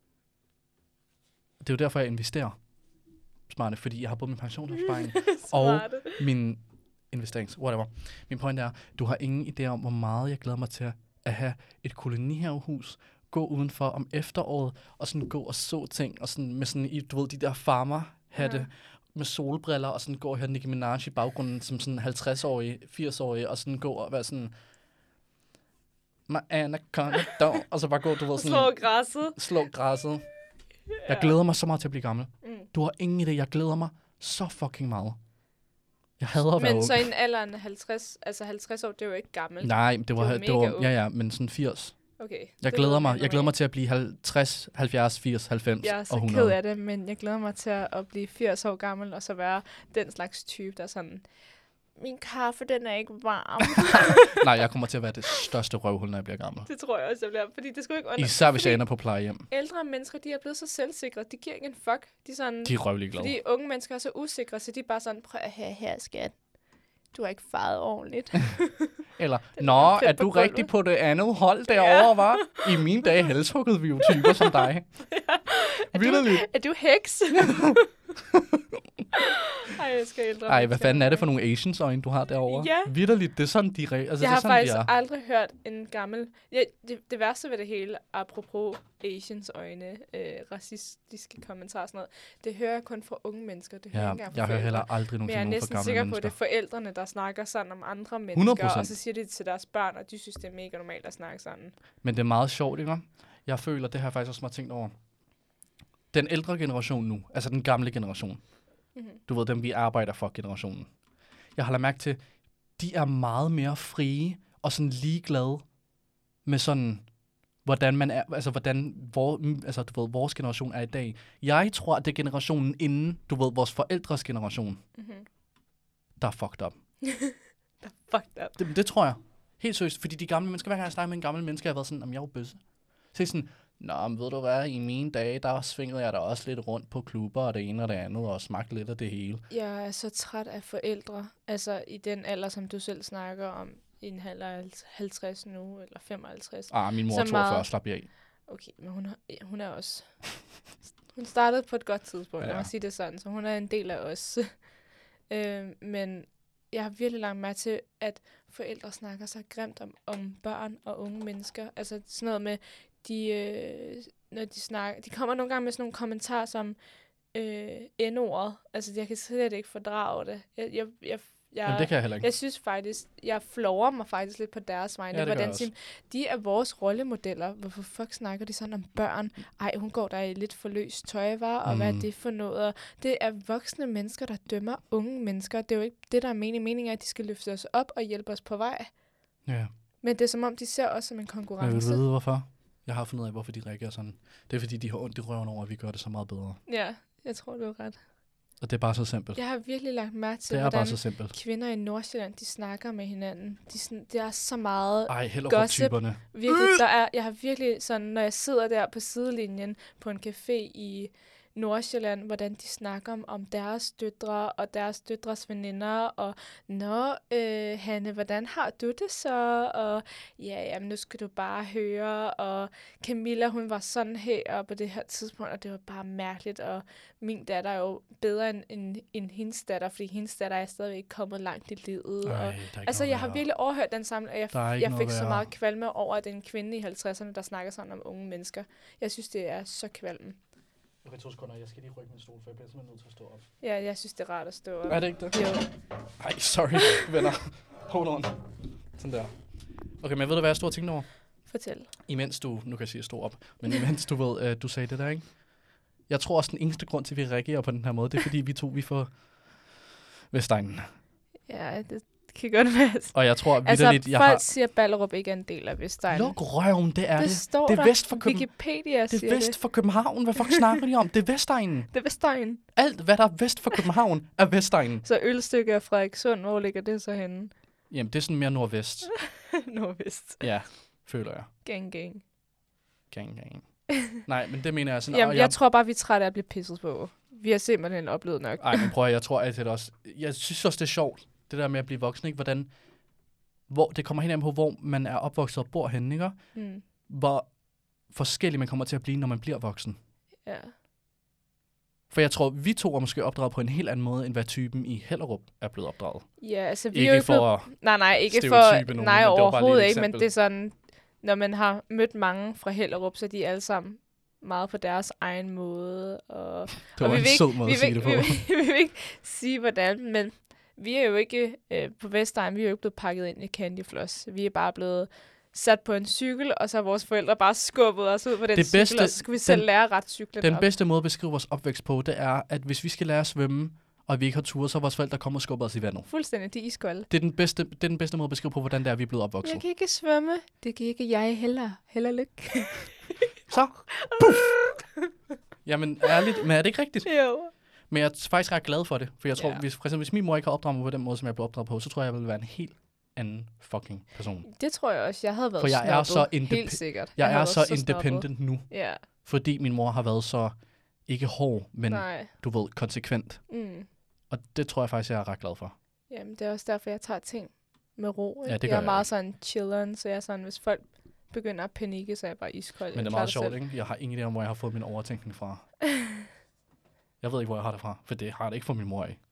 Det er jo derfor, jeg investerer. Smarte, fordi jeg har både min pensionsopsparing og Smarte. min investerings, whatever. Min point er, du har ingen idé om, hvor meget jeg glæder mig til at have et kolonihavehus, gå udenfor om efteråret, og sådan gå og så ting, og sådan med sådan, i, du ved, de der farmerhatte, Ja. med solbriller, og sådan gå og høre Nicki Minaj i baggrunden, som sådan halvtreds-årig, firs-årig, og sådan gå og være sådan, my anaconda dog, og så bare gå, du ved, sådan, Slå græsset. slå græsset. Jeg glæder mig så meget til at blive gammel. Mm. Du har ingen idé, jeg glæder mig så fucking meget. Jeg hader at være Men ung. så i en alder af halvtreds, altså halvtreds år, det er jo ikke gammelt. Nej, det var, Det er jo det var, mega ung. ja, ja, men sådan firs. Okay. Jeg det glæder lyder mig, mere jeg glæder mig normalt. til at blive halvtreds, halvfjerds, firs, halvfems Jeg er og så hundrede. ked af det, men jeg glæder mig til at blive firs år gammel, og så være den slags type, der er sådan, min kaffe, den er ikke varm. Nej, jeg kommer til at være det største røvhul, når jeg bliver gammel. Det tror jeg også, jeg bliver, fordi det skulle ikke under. Især hvis fordi jeg ender på plejehjem. ældre mennesker, de er blevet så selvsikre, de giver ikke en fuck. De er sådan, De er røvlig glade. fordi unge mennesker er så usikre, så de er bare sådan, prøv at her, her skat. Du har ikke faret ordentligt. Eller, Den nå, er fedt er på du gulvet." rigtig på det andet hold derovre, var? I mine dage halshuggede vi jo typer som dig. Er du, Vitterligt. er du heks? Ej, jeg skal ældre. Ej, hvad mennesker. fanden er det for nogle Asians øjne, du har derovre? Ja. Vitterligt, det er sådan, de re- altså, Jeg det er har sådan, faktisk de er. aldrig hørt en gammel... Ja, det, det værste ved det hele, apropos Asians øjne, øh, racistiske kommentarer og sådan noget, det hører jeg kun fra unge mennesker. Det hører Ja, jeg ikke engang fra jeg hører forældre. heller aldrig Men jeg nogensinde er nogen for næsten gamle sikker på, at mennesker. det er forældrene, der snakker sådan om andre mennesker, hundrede procent. og så siger de det til deres børn, og de synes, det er mega normalt at snakke sådan. Men det er meget sjovt, ikke? Jeg føler, det har jeg faktisk også meget tænkt over. Den ældre generation nu, altså den gamle generation, Mm-hmm. du ved, dem vi arbejder for generationen. Jeg har lagt mærke til, de er meget mere frie og sådan ligeglade med sådan, hvordan man er, altså hvordan vor, altså, du ved, vores generation er i dag. Jeg tror, at det er generationen inden, du ved, vores forældres generation, Mm-hmm. der er fucked up. Der er fucked up. Det, det tror jeg. Helt seriøst, fordi de gamle mennesker, hver gang jeg snakker med en gammel menneske, har været sådan, om jeg er jo bøsse. Så er jeg sådan, nå, men ved du hvad, i mine dage, der svingede jeg da også lidt rundt på klubber og det ene og det andet, og smagte lidt af det hele. Jeg er så træt af forældre. Altså i den alder, som du selv snakker om, i en halvtreds nu, eller femoghalvtreds. Ah, min mor Så er toogfyrre, meget- slap jeg af. Okay, men hun, har, hun er også... Hun startede på et godt tidspunkt, Ja. lad mig sige det sådan, så hun er en del af os. øh, men jeg har virkelig lagt mærke til, at forældre snakker så grimt om, om børn og unge mennesker. Altså sådan noget med, de, øh, når de snakker... De kommer nogle gange med sådan nogle kommentarer som øh, N-ordet. Altså, jeg kan slet ikke fordrage det. Jeg, jeg, jeg, jeg, Jamen, det kan jeg heller ikke. jeg synes faktisk, jeg flover mig faktisk lidt på deres vegne. Ja, det gør Hvordan jeg også. de, de er vores rollemodeller. Hvorfor fuck snakker de sådan om børn? Ej, hun går der i lidt for løst tøj, var, og mm. hvad er Mm. det for noget? Og det er voksne mennesker, der dømmer unge mennesker. Det er jo ikke det, der er meningen. Meningen er, at de skal løfte os op og hjælpe os på vej. Ja. Men det er som om, de ser os som en Men vil konkurrence. du vide, hvorfor? Jeg har fundet ud af, hvorfor de reagerer sådan. Det er, fordi de har ondt i røven over, at vi gør det så meget bedre. Ja, jeg tror, du er ret. Og det er bare så simpelt. Jeg har virkelig lagt mærke til, Det er hvordan bare så simpelt. kvinder i Nordsjælland, de snakker med hinanden. De, sådan, det er så meget Ej, heller Gossip. typerne. virkelig, der er, jeg har virkelig sådan, når jeg sidder der på sidelinjen på en café i Nordsjælland, hvordan de snakker om, om deres døtre og deres døtres veninder, og nå, øh, Hanne, hvordan har du det så? Og ja, jamen, nu skal du bare høre, og Camilla, hun var sådan her på det her tidspunkt, og det var bare mærkeligt, og min datter er jo bedre end, end, end hendes datter, fordi hendes datter er stadigvæk kommet langt i livet. Ej, og, der er ikke altså, noget jeg har værre. virkelig overhørt den samling, og jeg, Der er ikke jeg noget fik så værre. meget kvalme over, at det er en kvinde i halvtredserne, der snakker sådan om unge mennesker. Jeg synes, det er så kvalmen. Okay, to sekunder. Jeg skal lige rykke min stol, for jeg bliver simpelthen nødt til at stå op. Ja, jeg synes, det er rart at stå op. Er det ikke det? Jo. Ej, sorry, venner. Hold on. Sådan der. Okay, men jeg ved du, hvad jeg stod og tænkte over? Fortæl. Imens du, nu kan jeg sige, at jeg stod op, men imens du ved, øh, du sagde det der, ikke? Jeg tror også, den eneste grund til, at vi reagerer på den her måde, det er, fordi vi to, vi får Vestegnen. Ja, det kan godt være. Og jeg tror Altså, vitterligt, jeg folk har... siger, at Ballerup ikke er en del af Vestegnen. Luk røven, det er det det. står Det er der. vest for København. Wikipedia Det siger er vest det. for København. Hvad fuck snakker de om? Det er Vestegnen. Det er Vestegnen. Alt, hvad der er vest for København, er Vestegnen. Så Ølstykke af Frederikssund, hvor ligger det så henne? Jamen, det er sådan mere nordvest. Nordvest. Ja, føler jeg. Gang, gang. Gang, gang. Nej, men det mener jeg sådan... Jamen, og jeg tror bare, vi er trætte af at blive pisset på. Vi har simpelthen oplevet nok. Ej, men prøv at, jeg tror altid det også... Jeg synes også, det er sjovt, det der med at blive voksen, ikke? Hvordan... Hvor det kommer hen på, hvor man er opvokset og bor henne, ikke? Mm. Hvor forskellig man kommer til at blive, når man bliver voksen. Ja. For jeg tror, vi to er måske opdraget på en helt anden måde, end hvad typen i Hellerup er blevet opdraget. Ja, altså vi er jo Ikke ikke blevet... for at... Nej, nej, ikke stereotype for... nogen, Nej, men det var bare lige overhovedet et ikke, men eksempel. det er sådan... Når man har mødt mange fra Hellerup, så er de alle sammen meget på deres egen måde. Og, Det og var vi en vil ikke- sød måde vi at sige vil, det på. vi, vil, vi vil ikke sige, hvordan, men vi er jo ikke øh, på Vestegn, vi er jo ikke blevet pakket ind i Candy Floss. Vi er bare blevet sat på en cykel, og så har vores forældre bare skubbet os ud på den Det cykel, bedste- og så skal vi selv den- lære ret cyklen Den op. bedste måde at beskrive vores opvækst på, det er, at hvis vi skal lære at svømme, og vi ikke har tur, så er vores forældre kommer og skubber os i vandet. Fuldstændig, de er iskolde. Det er den bedste, det er den bedste måde at beskrive på, hvordan det er, vi er blevet opvokset. Jeg kan ikke svømme. Det kan ikke jeg heller. Heller lykke. Så, puff! Jamen, ærligt, men er det ikke rigtigt? Jo. Men jeg er faktisk ret glad for det, for jeg tror, Ja. hvis, for eksempel, hvis min mor ikke har opdraget mig på den måde, som jeg blev opdraget på, så tror jeg, jeg ville være en helt anden fucking person. Det tror jeg også. Jeg havde været For jeg er snobbet. så Helt indep- sikkert. Jeg havde er været så snobbet. independent nu, Ja, fordi min mor har været så, ikke hård, men nej. du ved, konsekvent. Mm. Og det tror jeg faktisk, jeg er ret glad for. Jamen, det er også derfor, jeg tager ting med ro. Ikke? Ja, det gør jeg er jeg meget ikke. sådan chilleren, så jeg er sådan, hvis folk begynder at panikke, så er jeg bare iskold. Men det er meget sjovt, ikke? Jeg har ingen idé om, hvor jeg har fået min overtænkning fra. Jeg ved ikke, hvor jeg har det fra, for det har jeg ikke fra min mor af.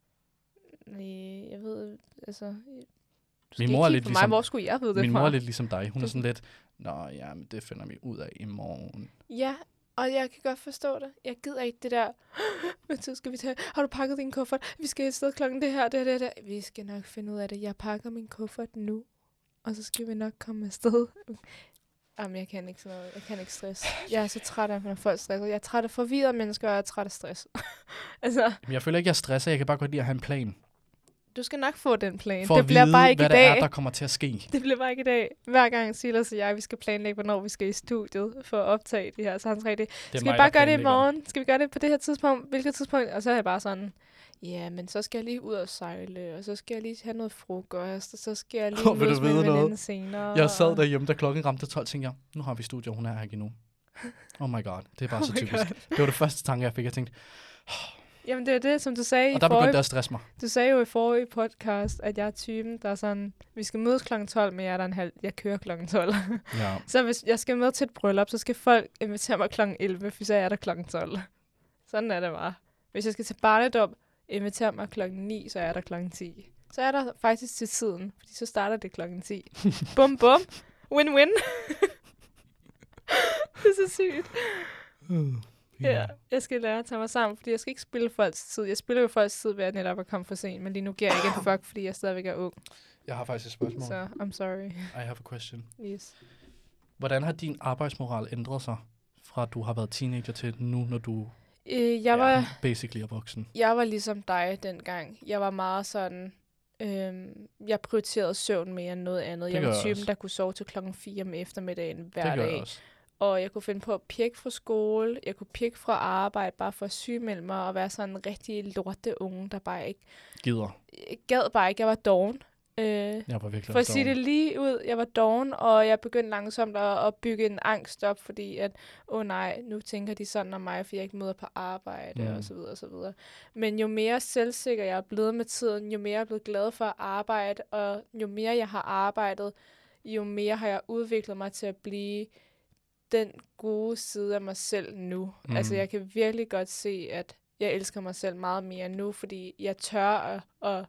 Nej, jeg ved, altså... Du Min skal mor er ikke lidt kigge på ligesom- mig, hvor skulle jeg vide det Min fra? mor er lidt ligesom dig. Hun er sådan lidt, nå ja, men det finder vi ud af i morgen. Ja, og jeg kan godt forstå det. Jeg gider ikke det der, hvad tid skal vi tage? Har du pakket din kuffert? Vi skal et sted klokken det her, det her, det her. Vi skal nok finde ud af det. Jeg pakker min kuffert nu, og så skal vi nok komme afsted. Jamen, jeg kan ikke sådan noget. Jeg kan ikke stress. Jeg er så træt af, når folk stresser. Jeg er træt af forvirrede mennesker, og jeg er træt af stress. altså, Men jeg føler ikke, jeg stresser. Jeg kan bare godt lide at have en plan. Du skal nok få den plan. For det at bliver vide, bare ikke hvad i dag. det er, der kommer til at ske. Det bliver bare ikke i dag. Hver gang Silas og jeg, vi skal planlægge, hvornår vi skal i studiet for at optage det her. Så han sagde det, skal vi bare gøre det i morgen? Skal vi gøre det på det her tidspunkt? Hvilket tidspunkt? Og så er jeg bare sådan, ja, men så skal jeg lige ud og sejle, og så skal jeg lige have noget frokost, og så skal jeg lige oh, mødes med en veninde senere. Jeg sad derhjemme, da klokken ramte tolv, og tænkte jeg, nu har vi studie, og hun er her ikke endnu. Oh my god, det er bare oh så typisk. God. Det var det første tanke, jeg fik. Jeg tænkte, jamen, det er det, som du sagde og i der forrige... begyndte det at stresse mig. Du sagde jo i forrige podcast, at jeg er typen, der er sådan, vi skal mødes klokken tolv, men jeg er der en halv... Jeg kører klokken tolv. Ja. Så hvis jeg skal med til et bryllup, så skal folk invitere mig klokken elleve, for så er jeg der klokken tolv. Sådan er det bare. Hvis jeg skal til barnedåb, invitere mig klokken ni, så er jeg der klokken ti. Så er der faktisk til tiden, fordi så starter det klokken ti. Bum, bum. Win-win. Det er så sygt. Uh. Ja. ja, jeg skal lære at tage mig sammen, fordi jeg skal ikke spille folks tid. Jeg spiller jo folks tid ved at netop at komme for sent, men lige nu giver jeg ikke en fuck, fordi jeg stadigvæk er ung. Jeg har faktisk et spørgsmål. Så, I'm sorry. I have a question. Yes. Hvordan har din arbejdsmoral ændret sig, fra du har været teenager til nu, når du øh, jeg var, ja, basically er voksen? Jeg var ligesom dig dengang. Jeg var meget sådan... Øhm, jeg prioriterede søvn mere end noget andet. Det jeg var typen, også. der kunne sove til klokken fire om eftermiddagen hver det dag. Også. Og jeg kunne finde på at pirke fra skole. Jeg kunne pirke fra arbejde, bare for at sygemelde mig og være sådan en rigtig lorte unge, der bare ikke... Gider. Jeg gad bare ikke. Jeg var doven. Øh, jeg var virkelig for at sige det lige ud, jeg var doven, og jeg begyndte langsomt at, at bygge en angst op, fordi at, åh oh nej, nu tænker de sådan om mig, fordi jeg ikke møder på arbejde, mm. og så videre, og så videre. Men jo mere selvsikker jeg er blevet med tiden, jo mere jeg er blevet glad for at arbejde, og jo mere jeg har arbejdet, jo mere har jeg udviklet mig til at blive den gode side af mig selv nu. Mm. Altså, jeg kan virkelig godt se, at jeg elsker mig selv meget mere nu, fordi jeg tør at, at,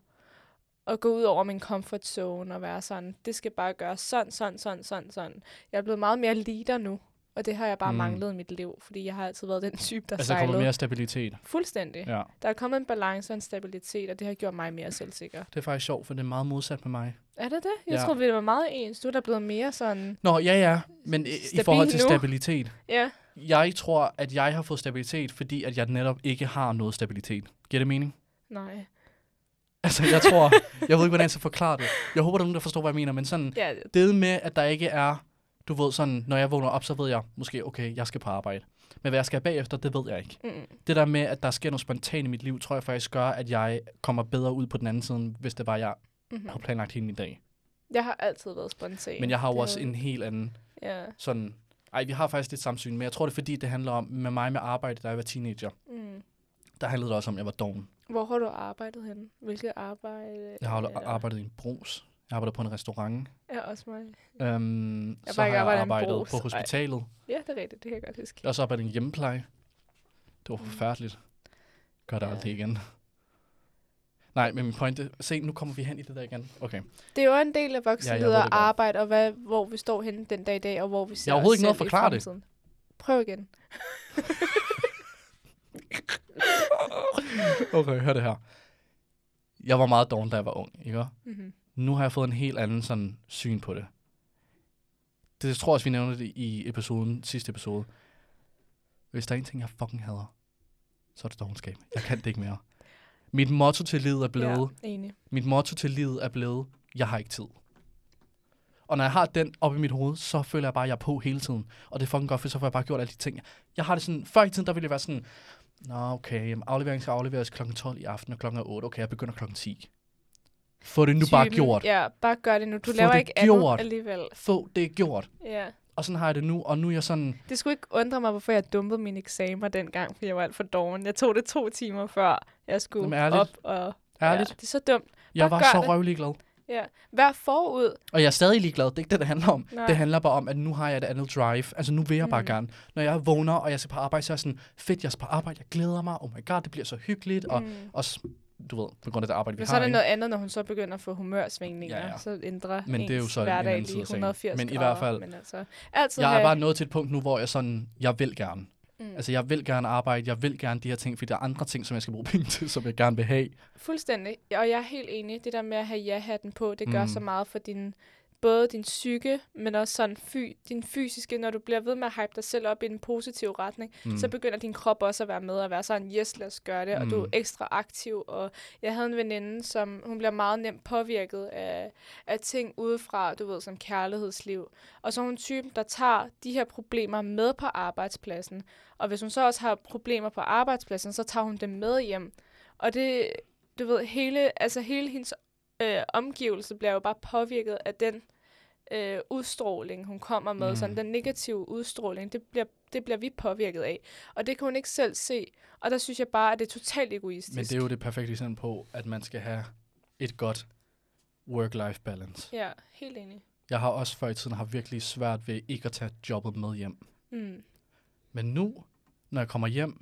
at gå ud over min comfort zone og være sådan, det skal bare gøre sådan, sådan, sådan, sådan, sådan. Jeg er blevet meget mere leader nu, og det har jeg bare mm. manglet i mit liv, fordi jeg har altid været den type, der altså, sejlede. Altså, kommer mere stabilitet? Fuldstændig. Ja. Der er kommet en balance og en stabilitet, og det har gjort mig mere selvsikker. Det er faktisk sjovt, for det er meget modsat med mig. Er det det? Jeg ja. troede, vi var meget ens. Du er da blevet mere sådan... Nå, ja, ja. Men i, i forhold til nu. Stabilitet. Ja. Jeg tror, at jeg har fået stabilitet, fordi at jeg netop ikke har noget stabilitet. Giver det mening? Nej. Altså, jeg tror... jeg ved ikke, hvordan jeg skal forklare det. Jeg håber, der er nogen, der forstår, hvad jeg mener. Men sådan, ja. det med, at der ikke er... Du ved sådan, når jeg vågner op, så ved jeg måske, okay, jeg skal på arbejde. Men hvad jeg skal bagefter, det ved jeg ikke. Mm. Det der med, at der sker noget spontant i mit liv, tror jeg faktisk gør, at jeg kommer bedre ud på den anden side, hvis det var, jeg mm-hmm. har planlagt hele min dag. Jeg har altid været spontan. Men jeg har jo det også en helt anden... Ja. Sådan... Ej, vi har faktisk lidt samsyn, men jeg tror, det er fordi, det handler om med mig med arbejde, da jeg var teenager. Mm. Der handlede det også om, at jeg var doven. Hvor har du arbejdet henne? Hvilket arbejde? Jeg har eller? arbejdet i en brus. Jeg arbejdede på en restaurant. Ja, også mig. Øhm, jeg så har jeg arbejdet, arbejdet på hospitalet. Ej. Ja, det er rigtigt. Det kan jeg godt huske. Jeg har også arbejdet i en hjemmepleje. Det var forfærdeligt. Gør det ja. aldrig igen. Nej, men min pointe... Se, nu kommer vi hen i det der igen. Okay. Det er jo en del af voksenlivet ja, at arbejde, og hvad, hvor vi står henne den dag i dag, og hvor vi ser jeg har overhovedet ikke noget at forklare det. Prøv igen. Okay, hør det her. Jeg var meget doven, da jeg var ung, ikke? Mm-hmm. Nu har jeg fået en helt anden sådan syn på det. Det jeg tror også, vi nævnte det i episoden, sidste episode. Hvis der er en ting, jeg fucking hader, så er det dovenskab. Jeg kan det ikke mere. Mit motto til livet er blevet... Ja, enig. Mit motto til livet er blevet, jeg har ikke tid. Og når jeg har den op i mit hoved, så føler jeg bare, at jeg er på hele tiden. Og det er fucking godt, for så får jeg bare gjort alle de ting. Jeg har det sådan... Før i tiden, der ville jeg være sådan... Nå, okay, jamen, afleveringen skal afleveres klokken tolv i aften, og klokken er otte. Okay, jeg begynder klokken ti. Få det nu Typen, bare gjort. Ja, bare gør det nu. Du Få laver det ikke gjort. andet alligevel. Få det gjort. Ja. Og sådan har jeg det nu, og nu er jeg sådan... Det skulle ikke undre mig, hvorfor jeg dumpede mine eksamener dengang, for jeg var alt for doven. Jeg tog det to timer før, jeg skulle op og... Ærligt. Ja, det er så dumt. Bare jeg var så røvlig glad. Ja. Vær forud. Og jeg er stadig ligeglad. Det er ikke det, det handler om. Nej. Det handler bare om, at nu har jeg et andet drive. Altså, nu vil jeg bare mm. gerne. Når jeg vågner, og jeg skal på arbejde, så er jeg sådan, fedt, jeg skal på arbejde, jeg glæder mig. Oh my god, det bliver så hyggeligt. Mm. Og også, du ved, på grund af det arbejde, vi Men har. så er det ikke? noget andet, når hun så begynder at få humørsvingninger. Ja, ja. Så ændrer men ens det er jo så hverdag lige et hundrede og firs Men i hvert fald, men altså, altid jeg have... er bare nået til et punkt nu, hvor jeg sådan, jeg vil gerne. Mm. Altså, jeg vil gerne arbejde, jeg vil gerne de her ting, fordi der er andre ting, som jeg skal bruge penge til, som jeg gerne vil have. Fuldstændig. Og jeg er helt enig. Det der med at have ja-hatten på, det gør mm. så meget for din, både din psyke, men også sådan fy, din fysiske, når du bliver ved med at hype dig selv op i en positiv retning, mm. så begynder din krop også at være med og være sådan, yes, lad os gøre det, mm. og du er ekstra aktiv. Og jeg havde en veninde, som hun bliver meget nemt påvirket af, af ting udefra, du ved, som kærlighedsliv. Og så er hun typen, der tager de her problemer med på arbejdspladsen. Og hvis hun så også har problemer på arbejdspladsen, så tager hun dem med hjem. Og det, du ved, hele, altså hele hendes øh, omgivelse bliver jo bare påvirket af den øh, udstråling, hun kommer med. Mm. Sådan den negative udstråling, det bliver, det bliver vi påvirket af. Og det kan hun ikke selv se. Og der synes jeg bare, at det er totalt egoistisk. Men det er jo det perfekte eksempel på, at man skal have et godt work-life balance. Ja, helt enig. Jeg har også før i tiden har virkelig svært ved ikke at tage jobbet med hjem. Mm. Men nu, når jeg kommer hjem,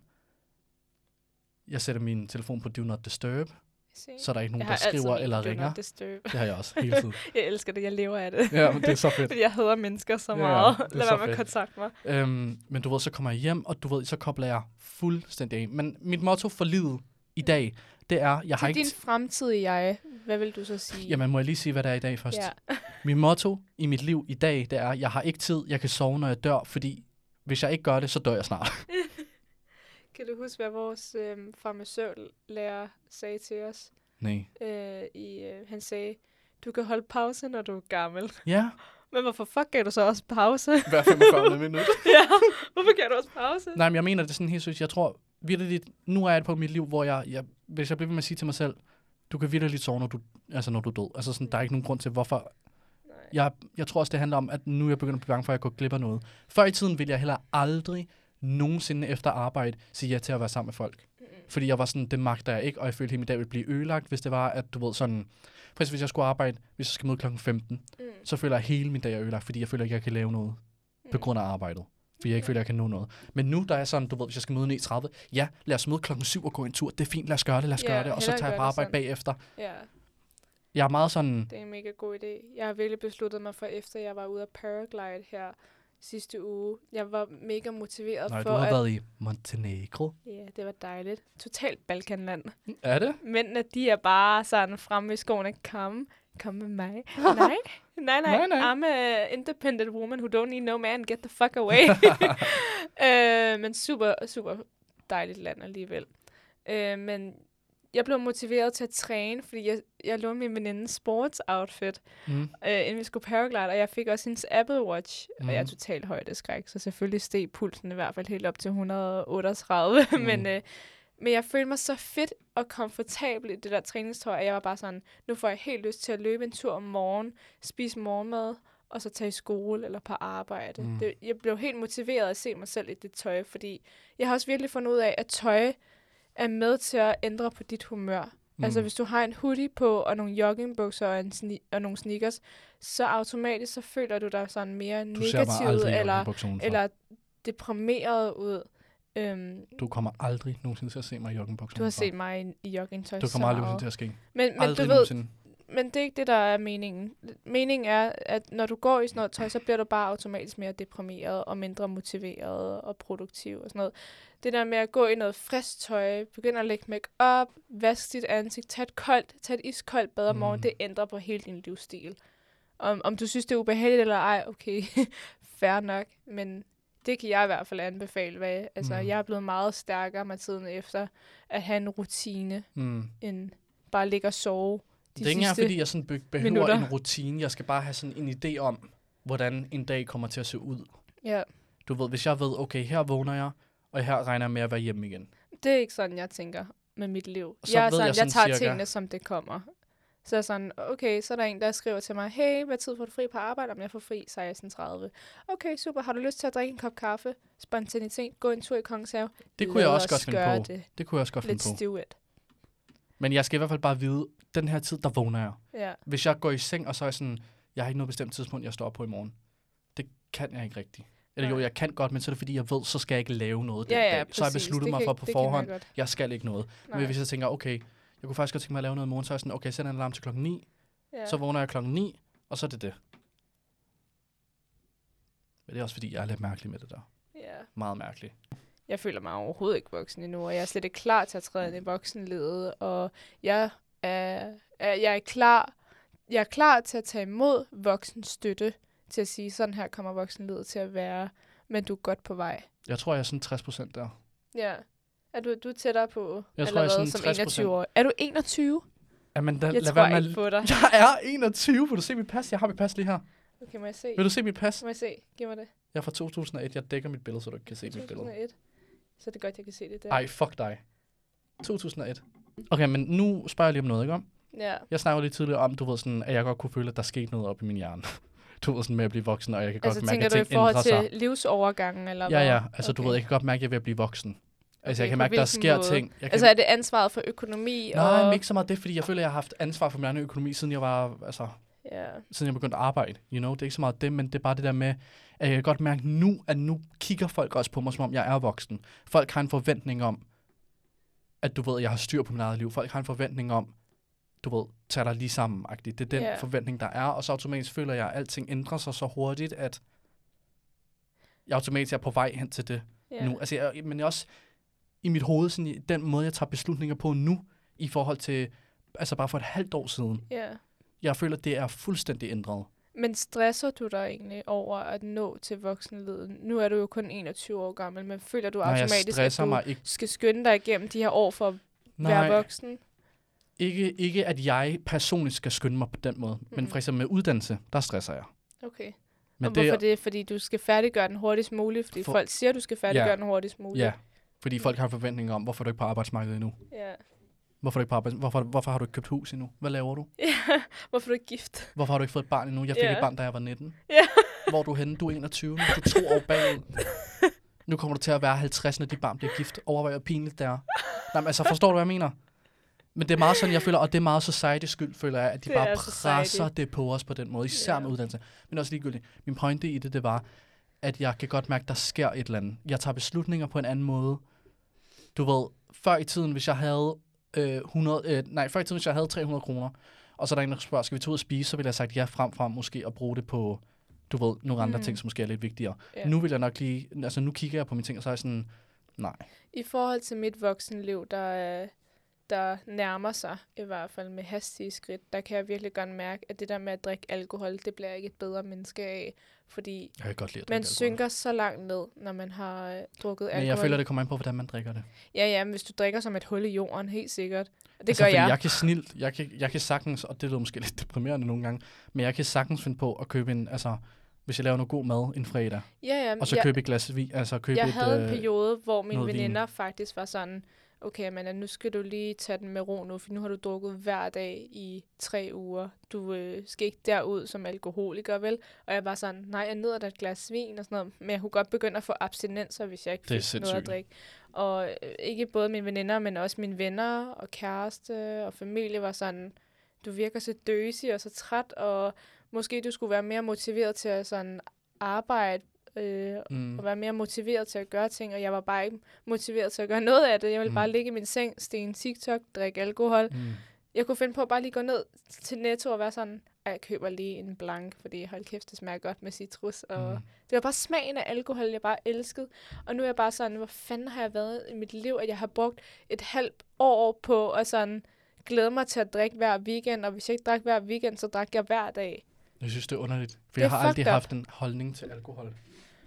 jeg sætter min telefon på Do Not Disturb, så er der ikke nogen, der skriver eller ringer. Det har jeg også hele tiden. Jeg elsker det, jeg lever af det. Ja, men det er så fedt. Fordi jeg hader mennesker så meget. Ja, lad være med at kontakte mig. Øhm, men du ved, så kommer jeg hjem, og du ved, så kobler jeg fuldstændig af. Men mit motto for livet i dag, det er, jeg har ikke... ikke... din fremtidige jeg, hvad vil du så sige? Jamen, må jeg lige sige, hvad det er i dag først? Ja. Mit motto i mit liv i dag, det er, jeg har ikke tid, jeg kan sove, når jeg dør, fordi hvis jeg ikke gør det, så dør jeg snart. Kan du huske, hvad vores øh, farmaceutlærer sagde til os? Nej. Øh, i, øh, han sagde, du kan holde pause, når du er gammel. Ja. Men hvorfor fuck gav du så også pause? Hver femogfyrre minutter. Ja, hvorfor gav du også pause? Nej, men jeg mener det er sådan helt seriøst. Jeg tror virkelig, nu er jeg på mit liv, hvor jeg, jeg hvis jeg bliver ved med at sige til mig selv, du kan virkelig sove, når du, altså når du er død. Altså sådan, der er ikke nogen grund til, hvorfor... Jeg, jeg tror også, det handler om, at nu er jeg begyndt at blive bange for, at jeg går glip af noget. Før i tiden ville jeg heller aldrig nogensinde efter arbejde sige ja til at være sammen med folk. Mm. Fordi jeg var sådan, det magter jeg ikke, og jeg følte, at hele min dag ville blive ødelagt, hvis det var, at du ved sådan... For eksempel, hvis jeg skulle arbejde, hvis jeg skal møde klokken femten, mm. så føler jeg, at hele min dag er ødelagt, fordi jeg føler ikke, at jeg kan lave noget mm. på grund af arbejdet. Fordi jeg ikke føler, at jeg kan nå noget. Men nu, der er sådan, du ved, hvis jeg skal møde ni tredive, ja, lad os møde klokken syv og gå en tur. Det er fint, lad os gøre det, lad os yeah, gøre det. Og så tager jeg på arbejde bagefter. Ja. Jeg er meget sådan... Det er en mega god idé. Jeg har virkelig besluttet mig for, efter jeg var ude at paraglide her sidste uge. Jeg var mega motiveret Nej, for, du har at... været i Montenegro. Ja, det var dejligt. Totalt Balkanland. Er det? Mændene, de er bare sådan fremme i skoene. Kom, kom med mig. nej, nej, nej, nej, nej. I'm a independent woman who don't need no man. Get the fuck away. øh, men super, super dejligt land alligevel. Øh, men jeg blev motiveret til at træne, fordi jeg, jeg lånte min venindes sports outfit, mm. øh, inden vi skulle paraglide, og jeg fik også hendes Apple Watch, mm. og jeg er totalt højdeskræk, så selvfølgelig steg pulsen i hvert fald helt op til et hundrede og otteogtredive, mm. men, øh, men jeg følte mig så fedt og komfortabel i det der træningstøj, at jeg var bare sådan, nu får jeg helt lyst til at løbe en tur om morgenen, spise morgenmad, og så tage i skole eller på arbejde. Mm. Det, jeg blev helt motiveret at se mig selv i det tøj, fordi jeg har også virkelig fundet ud af, at tøj er med til at ændre på dit humør. Mm. Altså, hvis du har en hoodie på, og nogle joggingbukser og, en sne- og nogle sneakers, så automatisk så føler du dig sådan mere negativ eller, eller deprimeret ud. Um, du kommer aldrig nogensinde til at se mig i joggingbukser. Du har set mig i, i joggingtøj. Du kommer aldrig nogensinde til at ske. Men, men aldrig du ved, nogensinde. Men det er ikke det, der er meningen. Meningen er, at når du går i sådan noget tøj, så bliver du bare automatisk mere deprimeret og mindre motiveret og produktiv og sådan noget. Det der med at gå i noget frisk tøj, begynde at lægge make-up, vaske dit ansigt, tage et koldt, tage et iskoldt bad om morgenen, mm. det ændrer på hele din livsstil. Om, om du synes, det er ubehageligt eller ej, okay, fair nok, men det kan jeg i hvert fald anbefale. Hvad, altså, mm. jeg er blevet meget stærkere med tiden efter at have en rutine, mm. end bare ligge og sove. De det er ikke engang, fordi jeg sådan be- behøver minutter. en rutine. Jeg skal bare have sådan en idé om, hvordan en dag kommer til at se ud. Ja. Du ved, hvis jeg ved, okay, her vågner jeg, og her regner jeg med at være hjemme igen. Det er ikke sådan, jeg tænker med mit liv. Så jeg, er sådan, jeg, sådan, jeg tager cirka... tingene, som det kommer. Så er sådan, okay, så er der en, der skriver til mig, hey, hvad tid får du fri på arbejde? Om jeg får fri seksten tredive. Okay, super. Har du lyst til at drikke en kop kaffe? Spontanitet. Gå en tur i Kongens Have. Det kunne jeg også godt finde på. Det. det kunne jeg også godt finde på. Let's do it. Men jeg skal i hvert fald bare vide, den her tid, der vågner jeg. Ja. Hvis jeg går i seng, og så er jeg sådan, jeg har ikke noget bestemt tidspunkt, jeg står op på i morgen. Det kan jeg ikke rigtigt. Eller ja. jo, jeg kan godt, men så er det fordi, jeg ved, så skal jeg ikke lave noget den ja, ja, dag. præcis. Så har jeg besluttet det mig kan, for på forhånd, jeg, jeg skal ikke noget. Nej. Men hvis jeg tænker, okay, jeg kunne faktisk godt tænke mig at lave noget i morgen, så er jeg sådan, okay, jeg sætter en alarm til klokken ni. Ja. Så vågner jeg klokken ni, og så er det det. Men det er også fordi, jeg er lidt mærkelig med det der. Ja. Meget mærkelig. Jeg føler mig overhovedet ikke voksen endnu, og jeg er slet ikke klar til at træde ind i voksenlivet, og jeg er, er, jeg er klar jeg er klar til at tage imod voksenstøtte, til at sige, sådan her kommer voksenlivet til at være, men du er godt på vej. Jeg tror, jeg er sådan tres procent der. Ja. Er du, du er tættere på Jeg tror, jeg er allerede sådan som tres procent. enogtyve år? Er du enogtyve? Jamen, da, Jeg lad tror være med ikke at- på dig. Jeg er enogtyve. Vil du se mit pas? Jeg har mit pas lige her. Okay, må jeg se? Vil du se mit pas? Må jeg se? Giv mig det. Jeg er fra to tusind og et. Jeg dækker mit billede, så du ikke kan se mit to billede. tusind og et. Så er det godt, jeg kan se det der. Ej, fuck dig. to tusind og et. Okay, men nu spørger jeg lige om noget, ikke om? Ja. Jeg snakkede lige tidligere om, du ved sådan, at jeg godt kunne føle, at der skete noget op i min hjerne. Du ved sådan med at blive voksen, og jeg kan Altså godt mærke, tænker at du i ting ændrer forhold sig. til livsovergangen, eller Ja, hvad? ja. Altså, okay. Du Okay. ved, jeg kan godt mærke, at jeg er ved at blive voksen. Altså, Okay, jeg kan på mærke, at der hvilken sker måde? ting. Jeg kan... Altså er det ansvaret for økonomi? Nej, og... men ikke så meget det, fordi jeg føler, at jeg har haft ansvar for min egen økonomi, siden jeg var, altså, Ja. siden jeg begyndte at arbejde. You know? Det er ikke så meget det, men det er bare det der med, at jeg kan godt mærke nu, at nu kigger folk også på mig, som om jeg er voksen. Folk har en forventning om, at du ved, at jeg har styr på mit eget liv. Folk har en forventning om, du ved, tag dig lige sammen -agtigt. Det er den Ja. forventning, der er, og så automatisk føler jeg, at alting ændrer sig så hurtigt, at jeg automatisk er på vej hen til det Ja. nu. Altså, jeg, men også i mit hoved, sådan, i den måde, jeg tager beslutninger på nu, i forhold til, altså bare for et halvt år siden. Ja. Jeg føler, at det er fuldstændig ændret. Men stresser du dig egentlig over at nå til voksenlivet? Nu er du jo kun enogtyve år gammel, men føler du Nej, jeg automatisk, at stresser du mig ikke. skal skynde dig igennem de her år for at Nej, være voksen? ikke, ikke at jeg personligt skal skynde mig på den måde. Mm. Men Mhm. for eksempel med uddannelse, der stresser jeg. Okay. Men Og hvorfor det? Fordi du skal færdiggøre den hurtigst muligt? Fordi For- folk siger, at du skal færdiggøre Ja. den hurtigst muligt? Ja, fordi folk har en forventning om, hvorfor er du ikke på arbejdsmarkedet endnu? Ja. Hvorfor, er du ikke på arbejds- hvorfor, hvorfor har du ikke købt hus endnu? Hvad laver du? Ja. Hvorfor er du ikke gift? Hvorfor har du ikke fået et barn endnu? Jeg fik Ja. et barn, da jeg var nitten. Ja. Hvor er du henne? Du er enogtyve. Nu er du to år bagud. Nu kommer du til at være halvtreds, når dit barn bliver gift. Overvej, hvor pinligt det er. Nej, men altså, forstår du, hvad jeg mener? Men det er meget sådan, jeg føler, og det er meget society skyld, føler jeg, at de Det bare er presser society. det på os på den måde, især Ja. med uddannelse. Men også ligegyldigt. Min pointe i det, det var, at jeg kan godt mærke, at der sker et eller andet. Jeg tager beslutninger på en anden måde. Du ved, før i tiden, hvis jeg havde øh, hundrede, øh, nej, før i tiden, hvis jeg havde tre hundrede kroner, og så er der en, der spørger, skal vi tage ud og spise, så ville jeg have sagt ja frem frem måske, og bruge det på, du ved, nogle andre Mhm. ting, som måske er lidt vigtigere. Ja. Nu vil jeg nok lige, altså nu kigger jeg på mine ting, og så er jeg sådan, nej. I forhold til mit voksenliv, der, øh, der nærmer sig, i hvert fald med hastige skridt, der kan jeg virkelig godt mærke, at det der med at drikke alkohol, det bliver jeg ikke et bedre menneske af. Fordi Jeg kan godt lide at man drikke alkohol. synker så langt ned, når man har øh, drukket alkohol. Men jeg føler, det kommer an på, hvordan man drikker det. Ja, ja, men hvis du drikker som et hul i jorden, helt sikkert. Det altså, gør fordi jeg. jeg kan snilt, jeg kan, jeg kan sagtens, og det lyder måske lidt deprimerende nogle gange, men jeg kan sagtens finde på at købe en, altså, hvis jeg laver noget god mad en fredag, Ja, ja, og så jeg, købe et glas vin, altså købe jeg et... havde en øh, periode, hvor mine noget vin. veninder faktisk var sådan, okay, men nu skal du lige tage den med ro nu, for nu har du drukket hver dag i tre uger. Du øh, skal ikke derud som alkoholiker, vel? Og jeg var sådan, nej, jeg nyder da et glas vin og sådan noget, men jeg kunne godt begynde at få abstinenser, hvis jeg ikke Det er fik noget at sindssygt. drikke. Og øh, ikke både mine veninder, men også mine venner og kæreste og familie var sådan, du virker så døsig og så træt, og måske du skulle være mere motiveret til at sådan arbejde, øh, Mm. og være mere motiveret til at gøre ting, og jeg var bare ikke motiveret til at gøre noget af det. Jeg ville Mm. bare ligge i min seng, sten TikTok, drikke alkohol. Mm. Jeg kunne finde på at bare lige gå ned til Netto og være sådan, "Ej, jeg køber lige en blank, fordi hold kæft, det smager godt med citrus. Og Mm. det var bare smagen af alkohol, jeg bare elskede. Og nu er jeg bare sådan, hvor fanden har jeg været i mit liv, at jeg har brugt et halvt år på at sådan glæde mig til at drikke hver weekend, og hvis jeg ikke drak hver weekend, så drak jeg hver dag. Jeg synes, det er underligt. For Det jeg er har aldrig fucked up. haft en holdning til alkohol.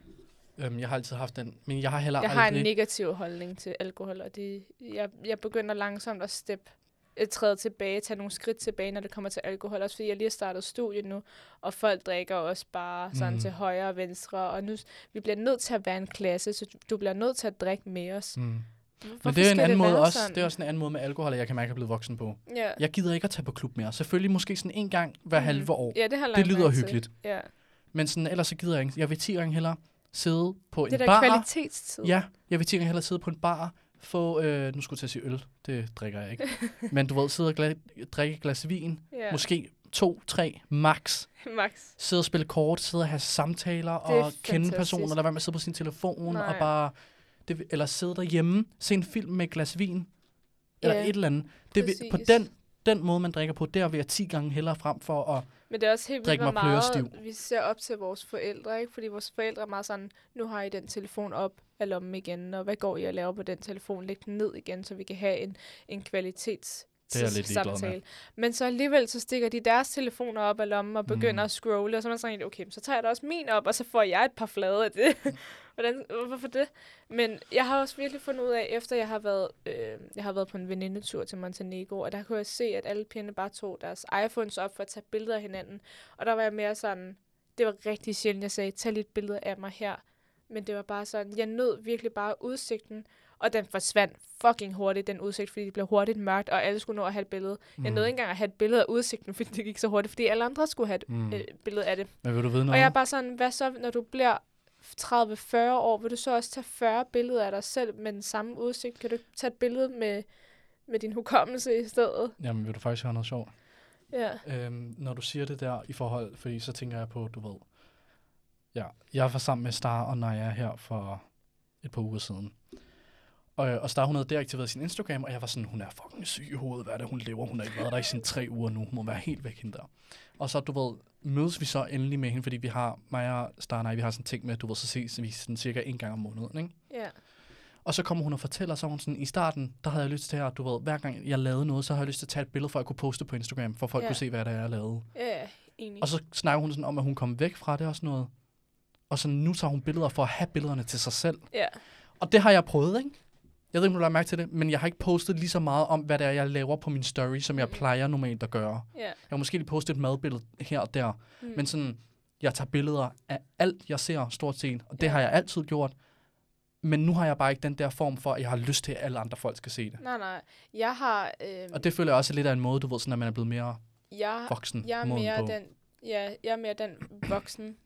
Um, jeg har altid haft den, men jeg har heller Jeg har aldrig... en negativ holdning til alkohol, og det, jeg, jeg begynder langsomt at steppe et træde tilbage, tage nogle skridt tilbage, når det kommer til alkohol. Også fordi jeg lige har startet studiet nu, og folk drikker også bare sådan Mm. til højre og venstre. Og nu, vi bliver nødt til at være en klasse, så du- du bliver nødt til at drikke med os. Mm. Hvorfor Men det er en skal anden måde være også. sådan? Det er også en anden måde med alkohol, at jeg kan mærke, at jeg er blevet voksen på. Ja. Jeg gider ikke at tage på klub mere. Selvfølgelig måske sådan en gang hver Mhm. halve år. Ja, det har jeg Det lagt lyder mærke til. hyggeligt. Ja. Men sådan, ellers så gider jeg ikke. Jeg vil ti gange hellere sidde på Det en er da bar. kvalitetstid. Ja, jeg vil ti gange hellere sidde på en bar, få, øh, nu skulle jeg til at sige øl, det drikker jeg ikke. Men du ved, sidde og gla- drikke et glas vin, Ja. måske to, tre, max. Max. Sidde og spille kort, sidde og have samtaler er og kende fantastisk. personer, lade være med at sidde på sin telefon Nej. og bare, det, eller sidde derhjemme, se en film med et glas vin, eller Ja, et eller andet. Det, vil- på præcis. den, den måde, man drikker på, der vil jeg ti gange hellere frem for at, Men det er også helt vildt, Drik hvor mig meget plørestiv. vi ser op til vores forældre, ikke? Fordi vores forældre er meget sådan, nu har I den telefon op af lommen igen, og hvad går I og laver på den telefon? Læg den ned igen, så vi kan have en, en kvalitets Det er jeg lidt ligeglad med. Men så alligevel, så stikker de deres telefoner op af lommen og begynder mm. at scrolle, og så er man sådan, okay, så tager jeg da også min op, og så får jeg et par flade af det. Hvordan, hvorfor det? Men jeg har også virkelig fundet ud af, efter jeg har været, øh, jeg har været på en venindetur til Montenegro, og der kunne jeg se, at alle pigerne bare tog deres iPhones op for at tage billeder af hinanden. Og der var jeg mere sådan, det var rigtig sjældent, jeg sagde, tag lidt billeder af mig her. Men det var bare sådan, jeg nød virkelig bare udsigten, og den forsvandt fucking hurtigt, den udsigt, fordi det blev hurtigt mørkt, og alle skulle nå at have et billede. Mm. Jeg nåede ikke engang at have et billede af udsigten, fordi det gik så hurtigt, fordi alle andre skulle have et mm. øh, billede af det. Men vil du vide noget? Og jeg er bare sådan, hvad så, når du bliver tredive til fyrre år, vil du så også tage fyrre billeder af dig selv med den samme udsigt? Kan du tage et billede med, med din hukommelse i stedet? Jamen, vil du faktisk høre noget sjovt? Ja. Øhm, når du siger det der i forhold, fordi så tænker jeg på, du ved, ja, jeg var sammen med Star og Naja her for et par uger siden. Og, og Star, hun havde deaktiveret sin Instagram, og jeg var sådan, hun er fucking syg i hovedet, hvad er det, hun lever? Hun har ikke været der i sine tre uger nu, hun må være helt væk hende der. Og så, du ved, mødes vi så endelig med hende, fordi vi har, mig og Star og Naja, vi har sådan en ting med, du ved, så ses vi sådan cirka en gang om måneden, ikke? Ja. Yeah. Og så kommer hun og fortæller, så hun sådan, i starten, der havde jeg lyst til at, du ved, hver gang jeg lavede noget, så havde jeg lyst til at tage et billede, for at jeg kunne poste på Instagram, for folk yeah. kunne se, hvad det er, jeg lavede. Ja, yeah, enig. Og så snakker hun sådan om, at hun kom væk fra det og sådan noget. Og så nu tager hun billeder for at have billederne til sig selv. Ja. Yeah. Og det har jeg prøvet, ikke? Jeg ved ikke, om du lader mærke til det, men jeg har ikke postet lige så meget om, hvad det er, jeg laver på min story, som jeg plejer normalt at gøre. Yeah. Jeg har måske lige postet et madbillede her og der, mm. men sådan, jeg tager billeder af alt, jeg ser stort set, og det yeah. har jeg altid gjort. Men nu har jeg bare ikke den der form for, at jeg har lyst til, at alle andre folk skal se det. Nej, nej. Jeg har... Øh... Og det føler jeg også lidt af en måde, du ved, sådan at man er blevet mere jeg, voksen. Jeg er mere den... Ja, jeg er mere den voksen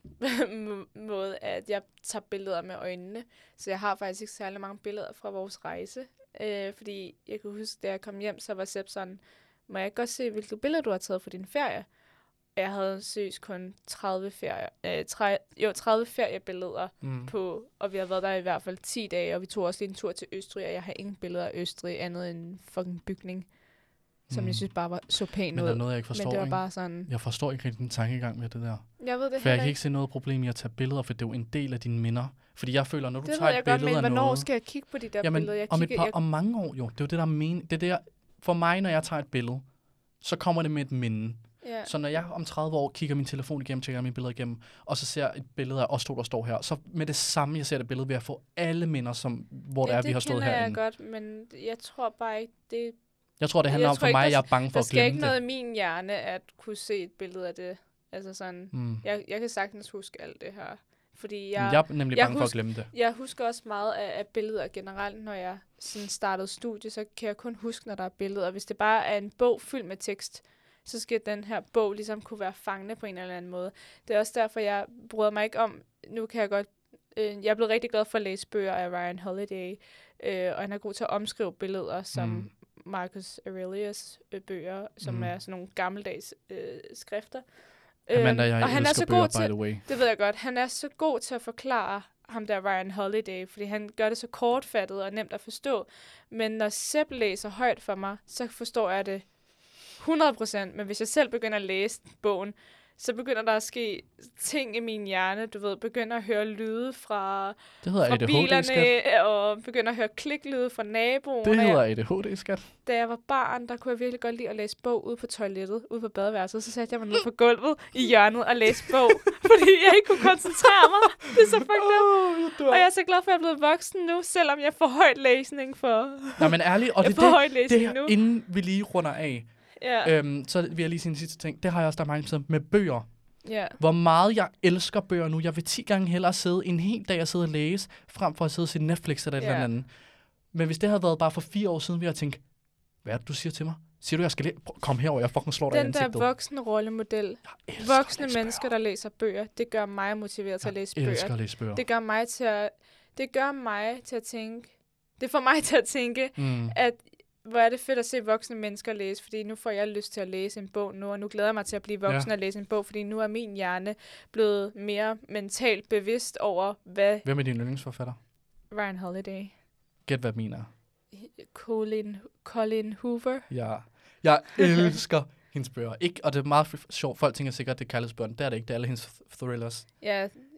måde, at jeg tager billeder med øjnene. Så jeg har faktisk ikke særlig mange billeder fra vores rejse. Øh, fordi jeg kan huske, da jeg kom hjem, så var Sepp sådan, må jeg godt se, hvilke billeder du har taget for din ferie? Jeg havde seriøst kun tredive, ferie, øh, tre, jo, tredive feriebilleder mm. på, og vi har været der i hvert fald ti dage, og vi tog også lige en tur til Østrig, og jeg har ingen billeder af Østrig andet end en fucking bygning. Som mm. jeg synes bare var så pænt ud. Men der er noget, jeg ikke forstår. Men det var bare sådan... Jeg forstår ikke rigtig den tankegang med det der. Jeg ved det For jeg kan ikke se noget problem i at tage billeder, for det er jo en del af dine minder. Fordi jeg føler, når du det tager et billede godt, men af noget... hvornår skal jeg kigge på de der jamen, billeder? Jeg om, kigger, et par, jeg... om mange år, jo. Det er jo det, der men... Det er der... For mig, når jeg tager et billede, så kommer det med et minde. Yeah. Så når jeg om tredive år kigger min telefon igennem, tjekker mine billeder igennem, og så ser et billede af os to, der står her, så med det samme, jeg ser det billede, vil jeg få alle minder, som, hvor det ja, er, vi har stået herinde. Det kender jeg godt, men jeg tror bare ikke, det... Jeg tror, det handler jeg om for mig, at jeg er bange for at glemme det. Der skal ikke noget i min hjerne at kunne se et billede af det. Altså sådan, mm. jeg, jeg kan sagtens huske alt det her. Fordi jeg, jeg er nemlig jeg bange husk, for at glemme det. Jeg husker også meget af, af billeder generelt, når jeg sådan startede studie, så kan jeg kun huske, når der er billeder. Og hvis det bare er en bog fyldt med tekst, så skal den her bog ligesom kunne være fangende på en eller anden måde. Det er også derfor, jeg bryder mig ikke om, nu kan jeg godt, øh, jeg er blevet rigtig glad for at læse bøger af Ryan Holiday, øh, og han er god til at omskrive billeder, som mm. Marcus Aurelius øh, bøger, som mm. er sådan nogle gammeldags øh, skrifter. Amanda, jeg og han er så bøger, god til, by the way. Det ved jeg godt, han er så god til at forklare ham der Ryan Holiday, fordi han gør det så kortfattet og nemt at forstå. Men når Sepp læser højt for mig, så forstår jeg det hundrede procent, men hvis jeg selv begynder at læse bogen, så begynder der at ske ting i min hjerne. Du ved, begynder at høre lyde fra, det hedder fra A D H D, bilerne, skat. Og begynder at høre kliklyde fra naboen. Det hedder A D H D, skat. Da jeg var barn, der kunne jeg virkelig godt lide at læse bog ude på toilettet, ude på badeværelset. Så satte jeg mig ned på gulvet i hjørnet og læste bog, fordi jeg ikke kunne koncentrere mig. Det er så fucked up. Oh, og jeg er så glad for, at jeg er blevet voksen nu, selvom jeg får højt læsning for... Nej, men ærligt, og jeg det, får det, højt læsning det, nu. Inden vi lige runder af, yeah. øhm, så vil jeg lige sige en sidste ting. Det har jeg også der mange tid med bøger. Yeah. Hvor meget jeg elsker bøger nu. Jeg vil ti gange hellere sidde en hel dag og sidde og læse, frem for at sidde og se Netflix eller et yeah. eller andet. Men hvis det havde været bare for fire år siden, ville jeg tænke, hvad er det, du siger til mig? Siger du, jeg skal læse? Kom herover, jeg fucking slår dig i ansigtet. Den der voksne rollemodel. Voksne mennesker, der læser bøger, det gør mig motiveret til at læse bøger. Jeg elsker at læse bøger. Det gør mig til at, det gør mig til at tænke, det får mig til at tænke, mm. at hvor er det fedt at se voksne mennesker læse, fordi nu får jeg lyst til at læse en bog nu, og nu glæder jeg mig til at blive voksen ja. og læse en bog, fordi nu er min hjerne blevet mere mentalt bevidst over, hvad... Hvem er din yndlingsforfatter? Ryan Holiday. Gæt, hvad min er. Colin, Colin Hoover. Ja, jeg elsker hendes bøger. Ikke, og det er meget sjovt. Folk tænker sikkert, at det er kærlighedsbørn. Det er det ikke. Det er alle hendes thrillers. Ja,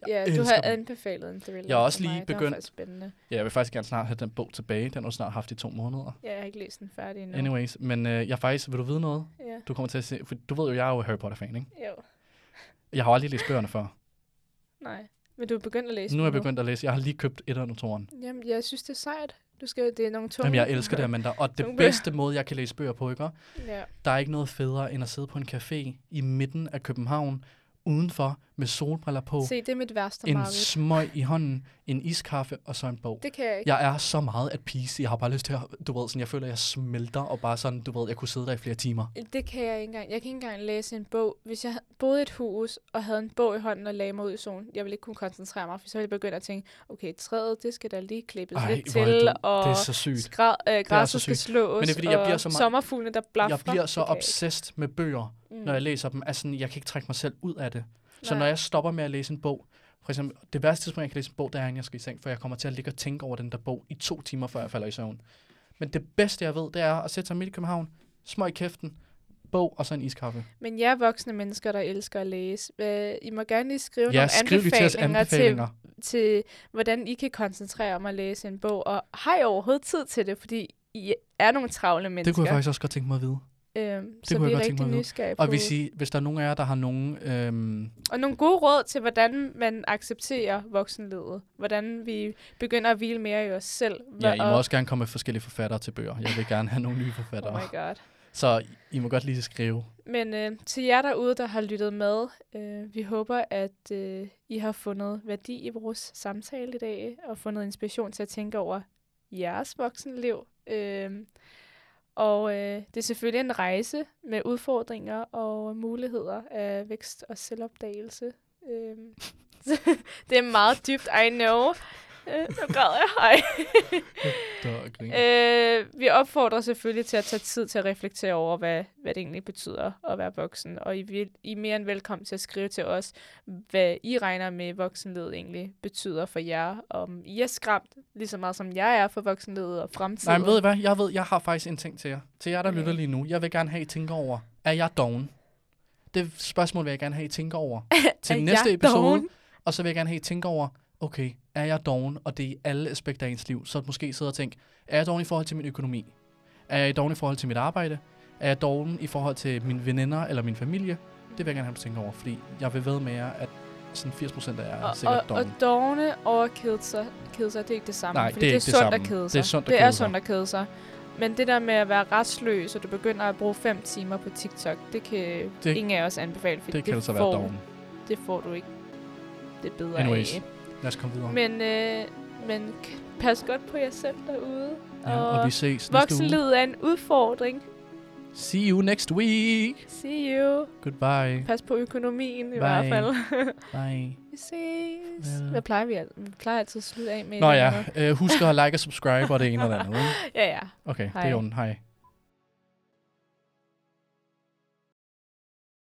Ja, du elsker har dem. anbefalet en thriller. Jeg har også til lige mig. Det var begyndt- faktisk spændende. Ja, jeg vil faktisk gerne snart have den bog tilbage. Den har du snart haft i to måneder. Ja, jeg har ikke læst den færdig endnu. Anyways, men øh, jeg faktisk, vil du vide noget? Ja. Du kommer til at se, for du ved jo, jeg er jo Harry Potter-fan, ikke? Jo. Jeg har aldrig læst bøgerne før. Nej. Men du er begyndt at læse Nu er jeg dem begyndt at læse. Jeg har lige købt et og toeren. Jamen, jeg synes, det er sejt. Du skal, det er nogle tunge. Jamen, jeg elsker det, Amanda. Og det Tunge bøger. bedste måde, jeg kan læse bøger på, ikke? Ja. Der er ikke noget federe, end at sidde på en café i midten af København, udenfor, med solbriller på, Se, det er mit værste en mareridt. smøg i hånden, en iskaffe og så en bog. Det kan jeg ikke. Jeg er så meget at peace. Jeg har bare lyst til at, du ved, sådan, jeg føler, at jeg smelter, og bare sådan, du ved, jeg kunne sidde der i flere timer. Det kan jeg ikke engang. Jeg kan ikke engang læse en bog. Hvis jeg boede i et hus og havde en bog i hånden og lagde mig ud i solen, jeg ville ikke kunne koncentrere mig, for så ville jeg begynde at tænke, okay, træet, det skal der lige klippes Ej, lidt hvor er til, du- og det er så sygt. skra- øh, græsset så skal sygt. slås, Men det er, fordi jeg og bliver så meget- sommerfuglene, der blaffer. Jeg bliver så Det kan jeg ikke. obsessed med bøger, Mm. når jeg læser dem. Altså, sådan, jeg kan ikke trække mig selv ud af det. Så Nej. når jeg stopper med at læse en bog, for eksempel, det værste tidspunkt, jeg kan læse en bog, det er, inden jeg skal i seng, for jeg kommer til at ligge og tænke over den der bog i to timer, før jeg falder i søvn. Men det bedste, jeg ved, det er at sætte sig midt i København, smøg i kæften, bog og så en iskaffe. Men jeg er voksne mennesker, der elsker at læse. Øh, I må gerne lige skrive Ja, nogle skriv lige til os anbefalinger, anbefalinger. Til, til, hvordan I kan koncentrere om at læse en bog. Og har I overhovedet tid til det? Fordi I er nogle travle mennesker. Det kunne jeg faktisk også godt tænke mig at vide. Øhm, så kunne vi jeg er godt tænke mig rigtig at vide. nysgerrige Og på. hvis, I, hvis der er nogen af jer, der har nogen... Øhm, Og nogle gode råd til, hvordan man accepterer voksenlivet. Hvordan vi begynder at hvile mere i os selv. ja, I må og, også gerne komme med forskellige forfattere til bøger. Jeg vil gerne have nogle nye forfattere. Oh my god. Så I må godt lige skrive. Men øh, til jer derude, der har lyttet med, øh, vi håber, at øh, I har fundet værdi i vores samtale i dag, og fundet inspiration til at tænke over jeres voksenliv. Øh, og øh, det er selvfølgelig en rejse med udfordringer og muligheder af vækst og selvopdagelse. Øh, det er meget dybt, I know. Øh, nu græder jeg. Hej. øh, vi opfordrer selvfølgelig til at tage tid til at reflektere over, hvad, hvad det egentlig betyder at være voksen. Og I, vil, I er mere end velkommen til at skrive til os, hvad I regner med voksenlivet egentlig betyder for jer. Om I er skræmt, lige så meget som jeg er for voksenlivet og fremtiden. Nej, men ved I hvad? Jeg ved, jeg har faktisk en ting til jer. Til jer, der Okay. lytter lige nu. Jeg vil gerne have, I tænker over. Er jeg doven? Det spørgsmål vil jeg gerne have, I tænker over. Til Er næste jeg episode. doven? Og så vil jeg gerne have, I tænker over, okay, er jeg doven, og det er i alle aspekter af ens liv. Så måske sidde og tænke, er jeg doven i forhold til min økonomi? Er jeg doven i forhold til mit arbejde? Er jeg doven i forhold til mine veninder eller min familie? Det vil jeg gerne have, du tænker over, fordi jeg vil ved med jer, at sådan firs procent af jer er Og, sikkert og, doven. og dogne og kede sig, kede sig, det er ikke det samme. Nej, fordi det er det er ikke det sundt samme. at kede Det sig. er sundt at det kede er sig. sundt at kede sig. Men det der med at være restløs, og du begynder at bruge fem timer på TikTok, det kan Det- ingen af os anbefale, fordi Det kan det, altså være får, doven. det får du ikke det bedre Anyways, af. lad os komme videre. Men, øh, men k- pas godt på jer selv derude. Ja, og vi ses næste uge. Voksenlivet er en udfordring. See you next week. See you. Goodbye. Pas på økonomien i Bye. hvert fald. Bye. Vi ses. Vel. Hvad plejer vi? al- Vi plejer altid at slutte af med Nå et ja, eller andet. øh, husk at like og subscribe og det ene og det andet. ikke? Ja, ja. Okay, det Hej. er jo Hej.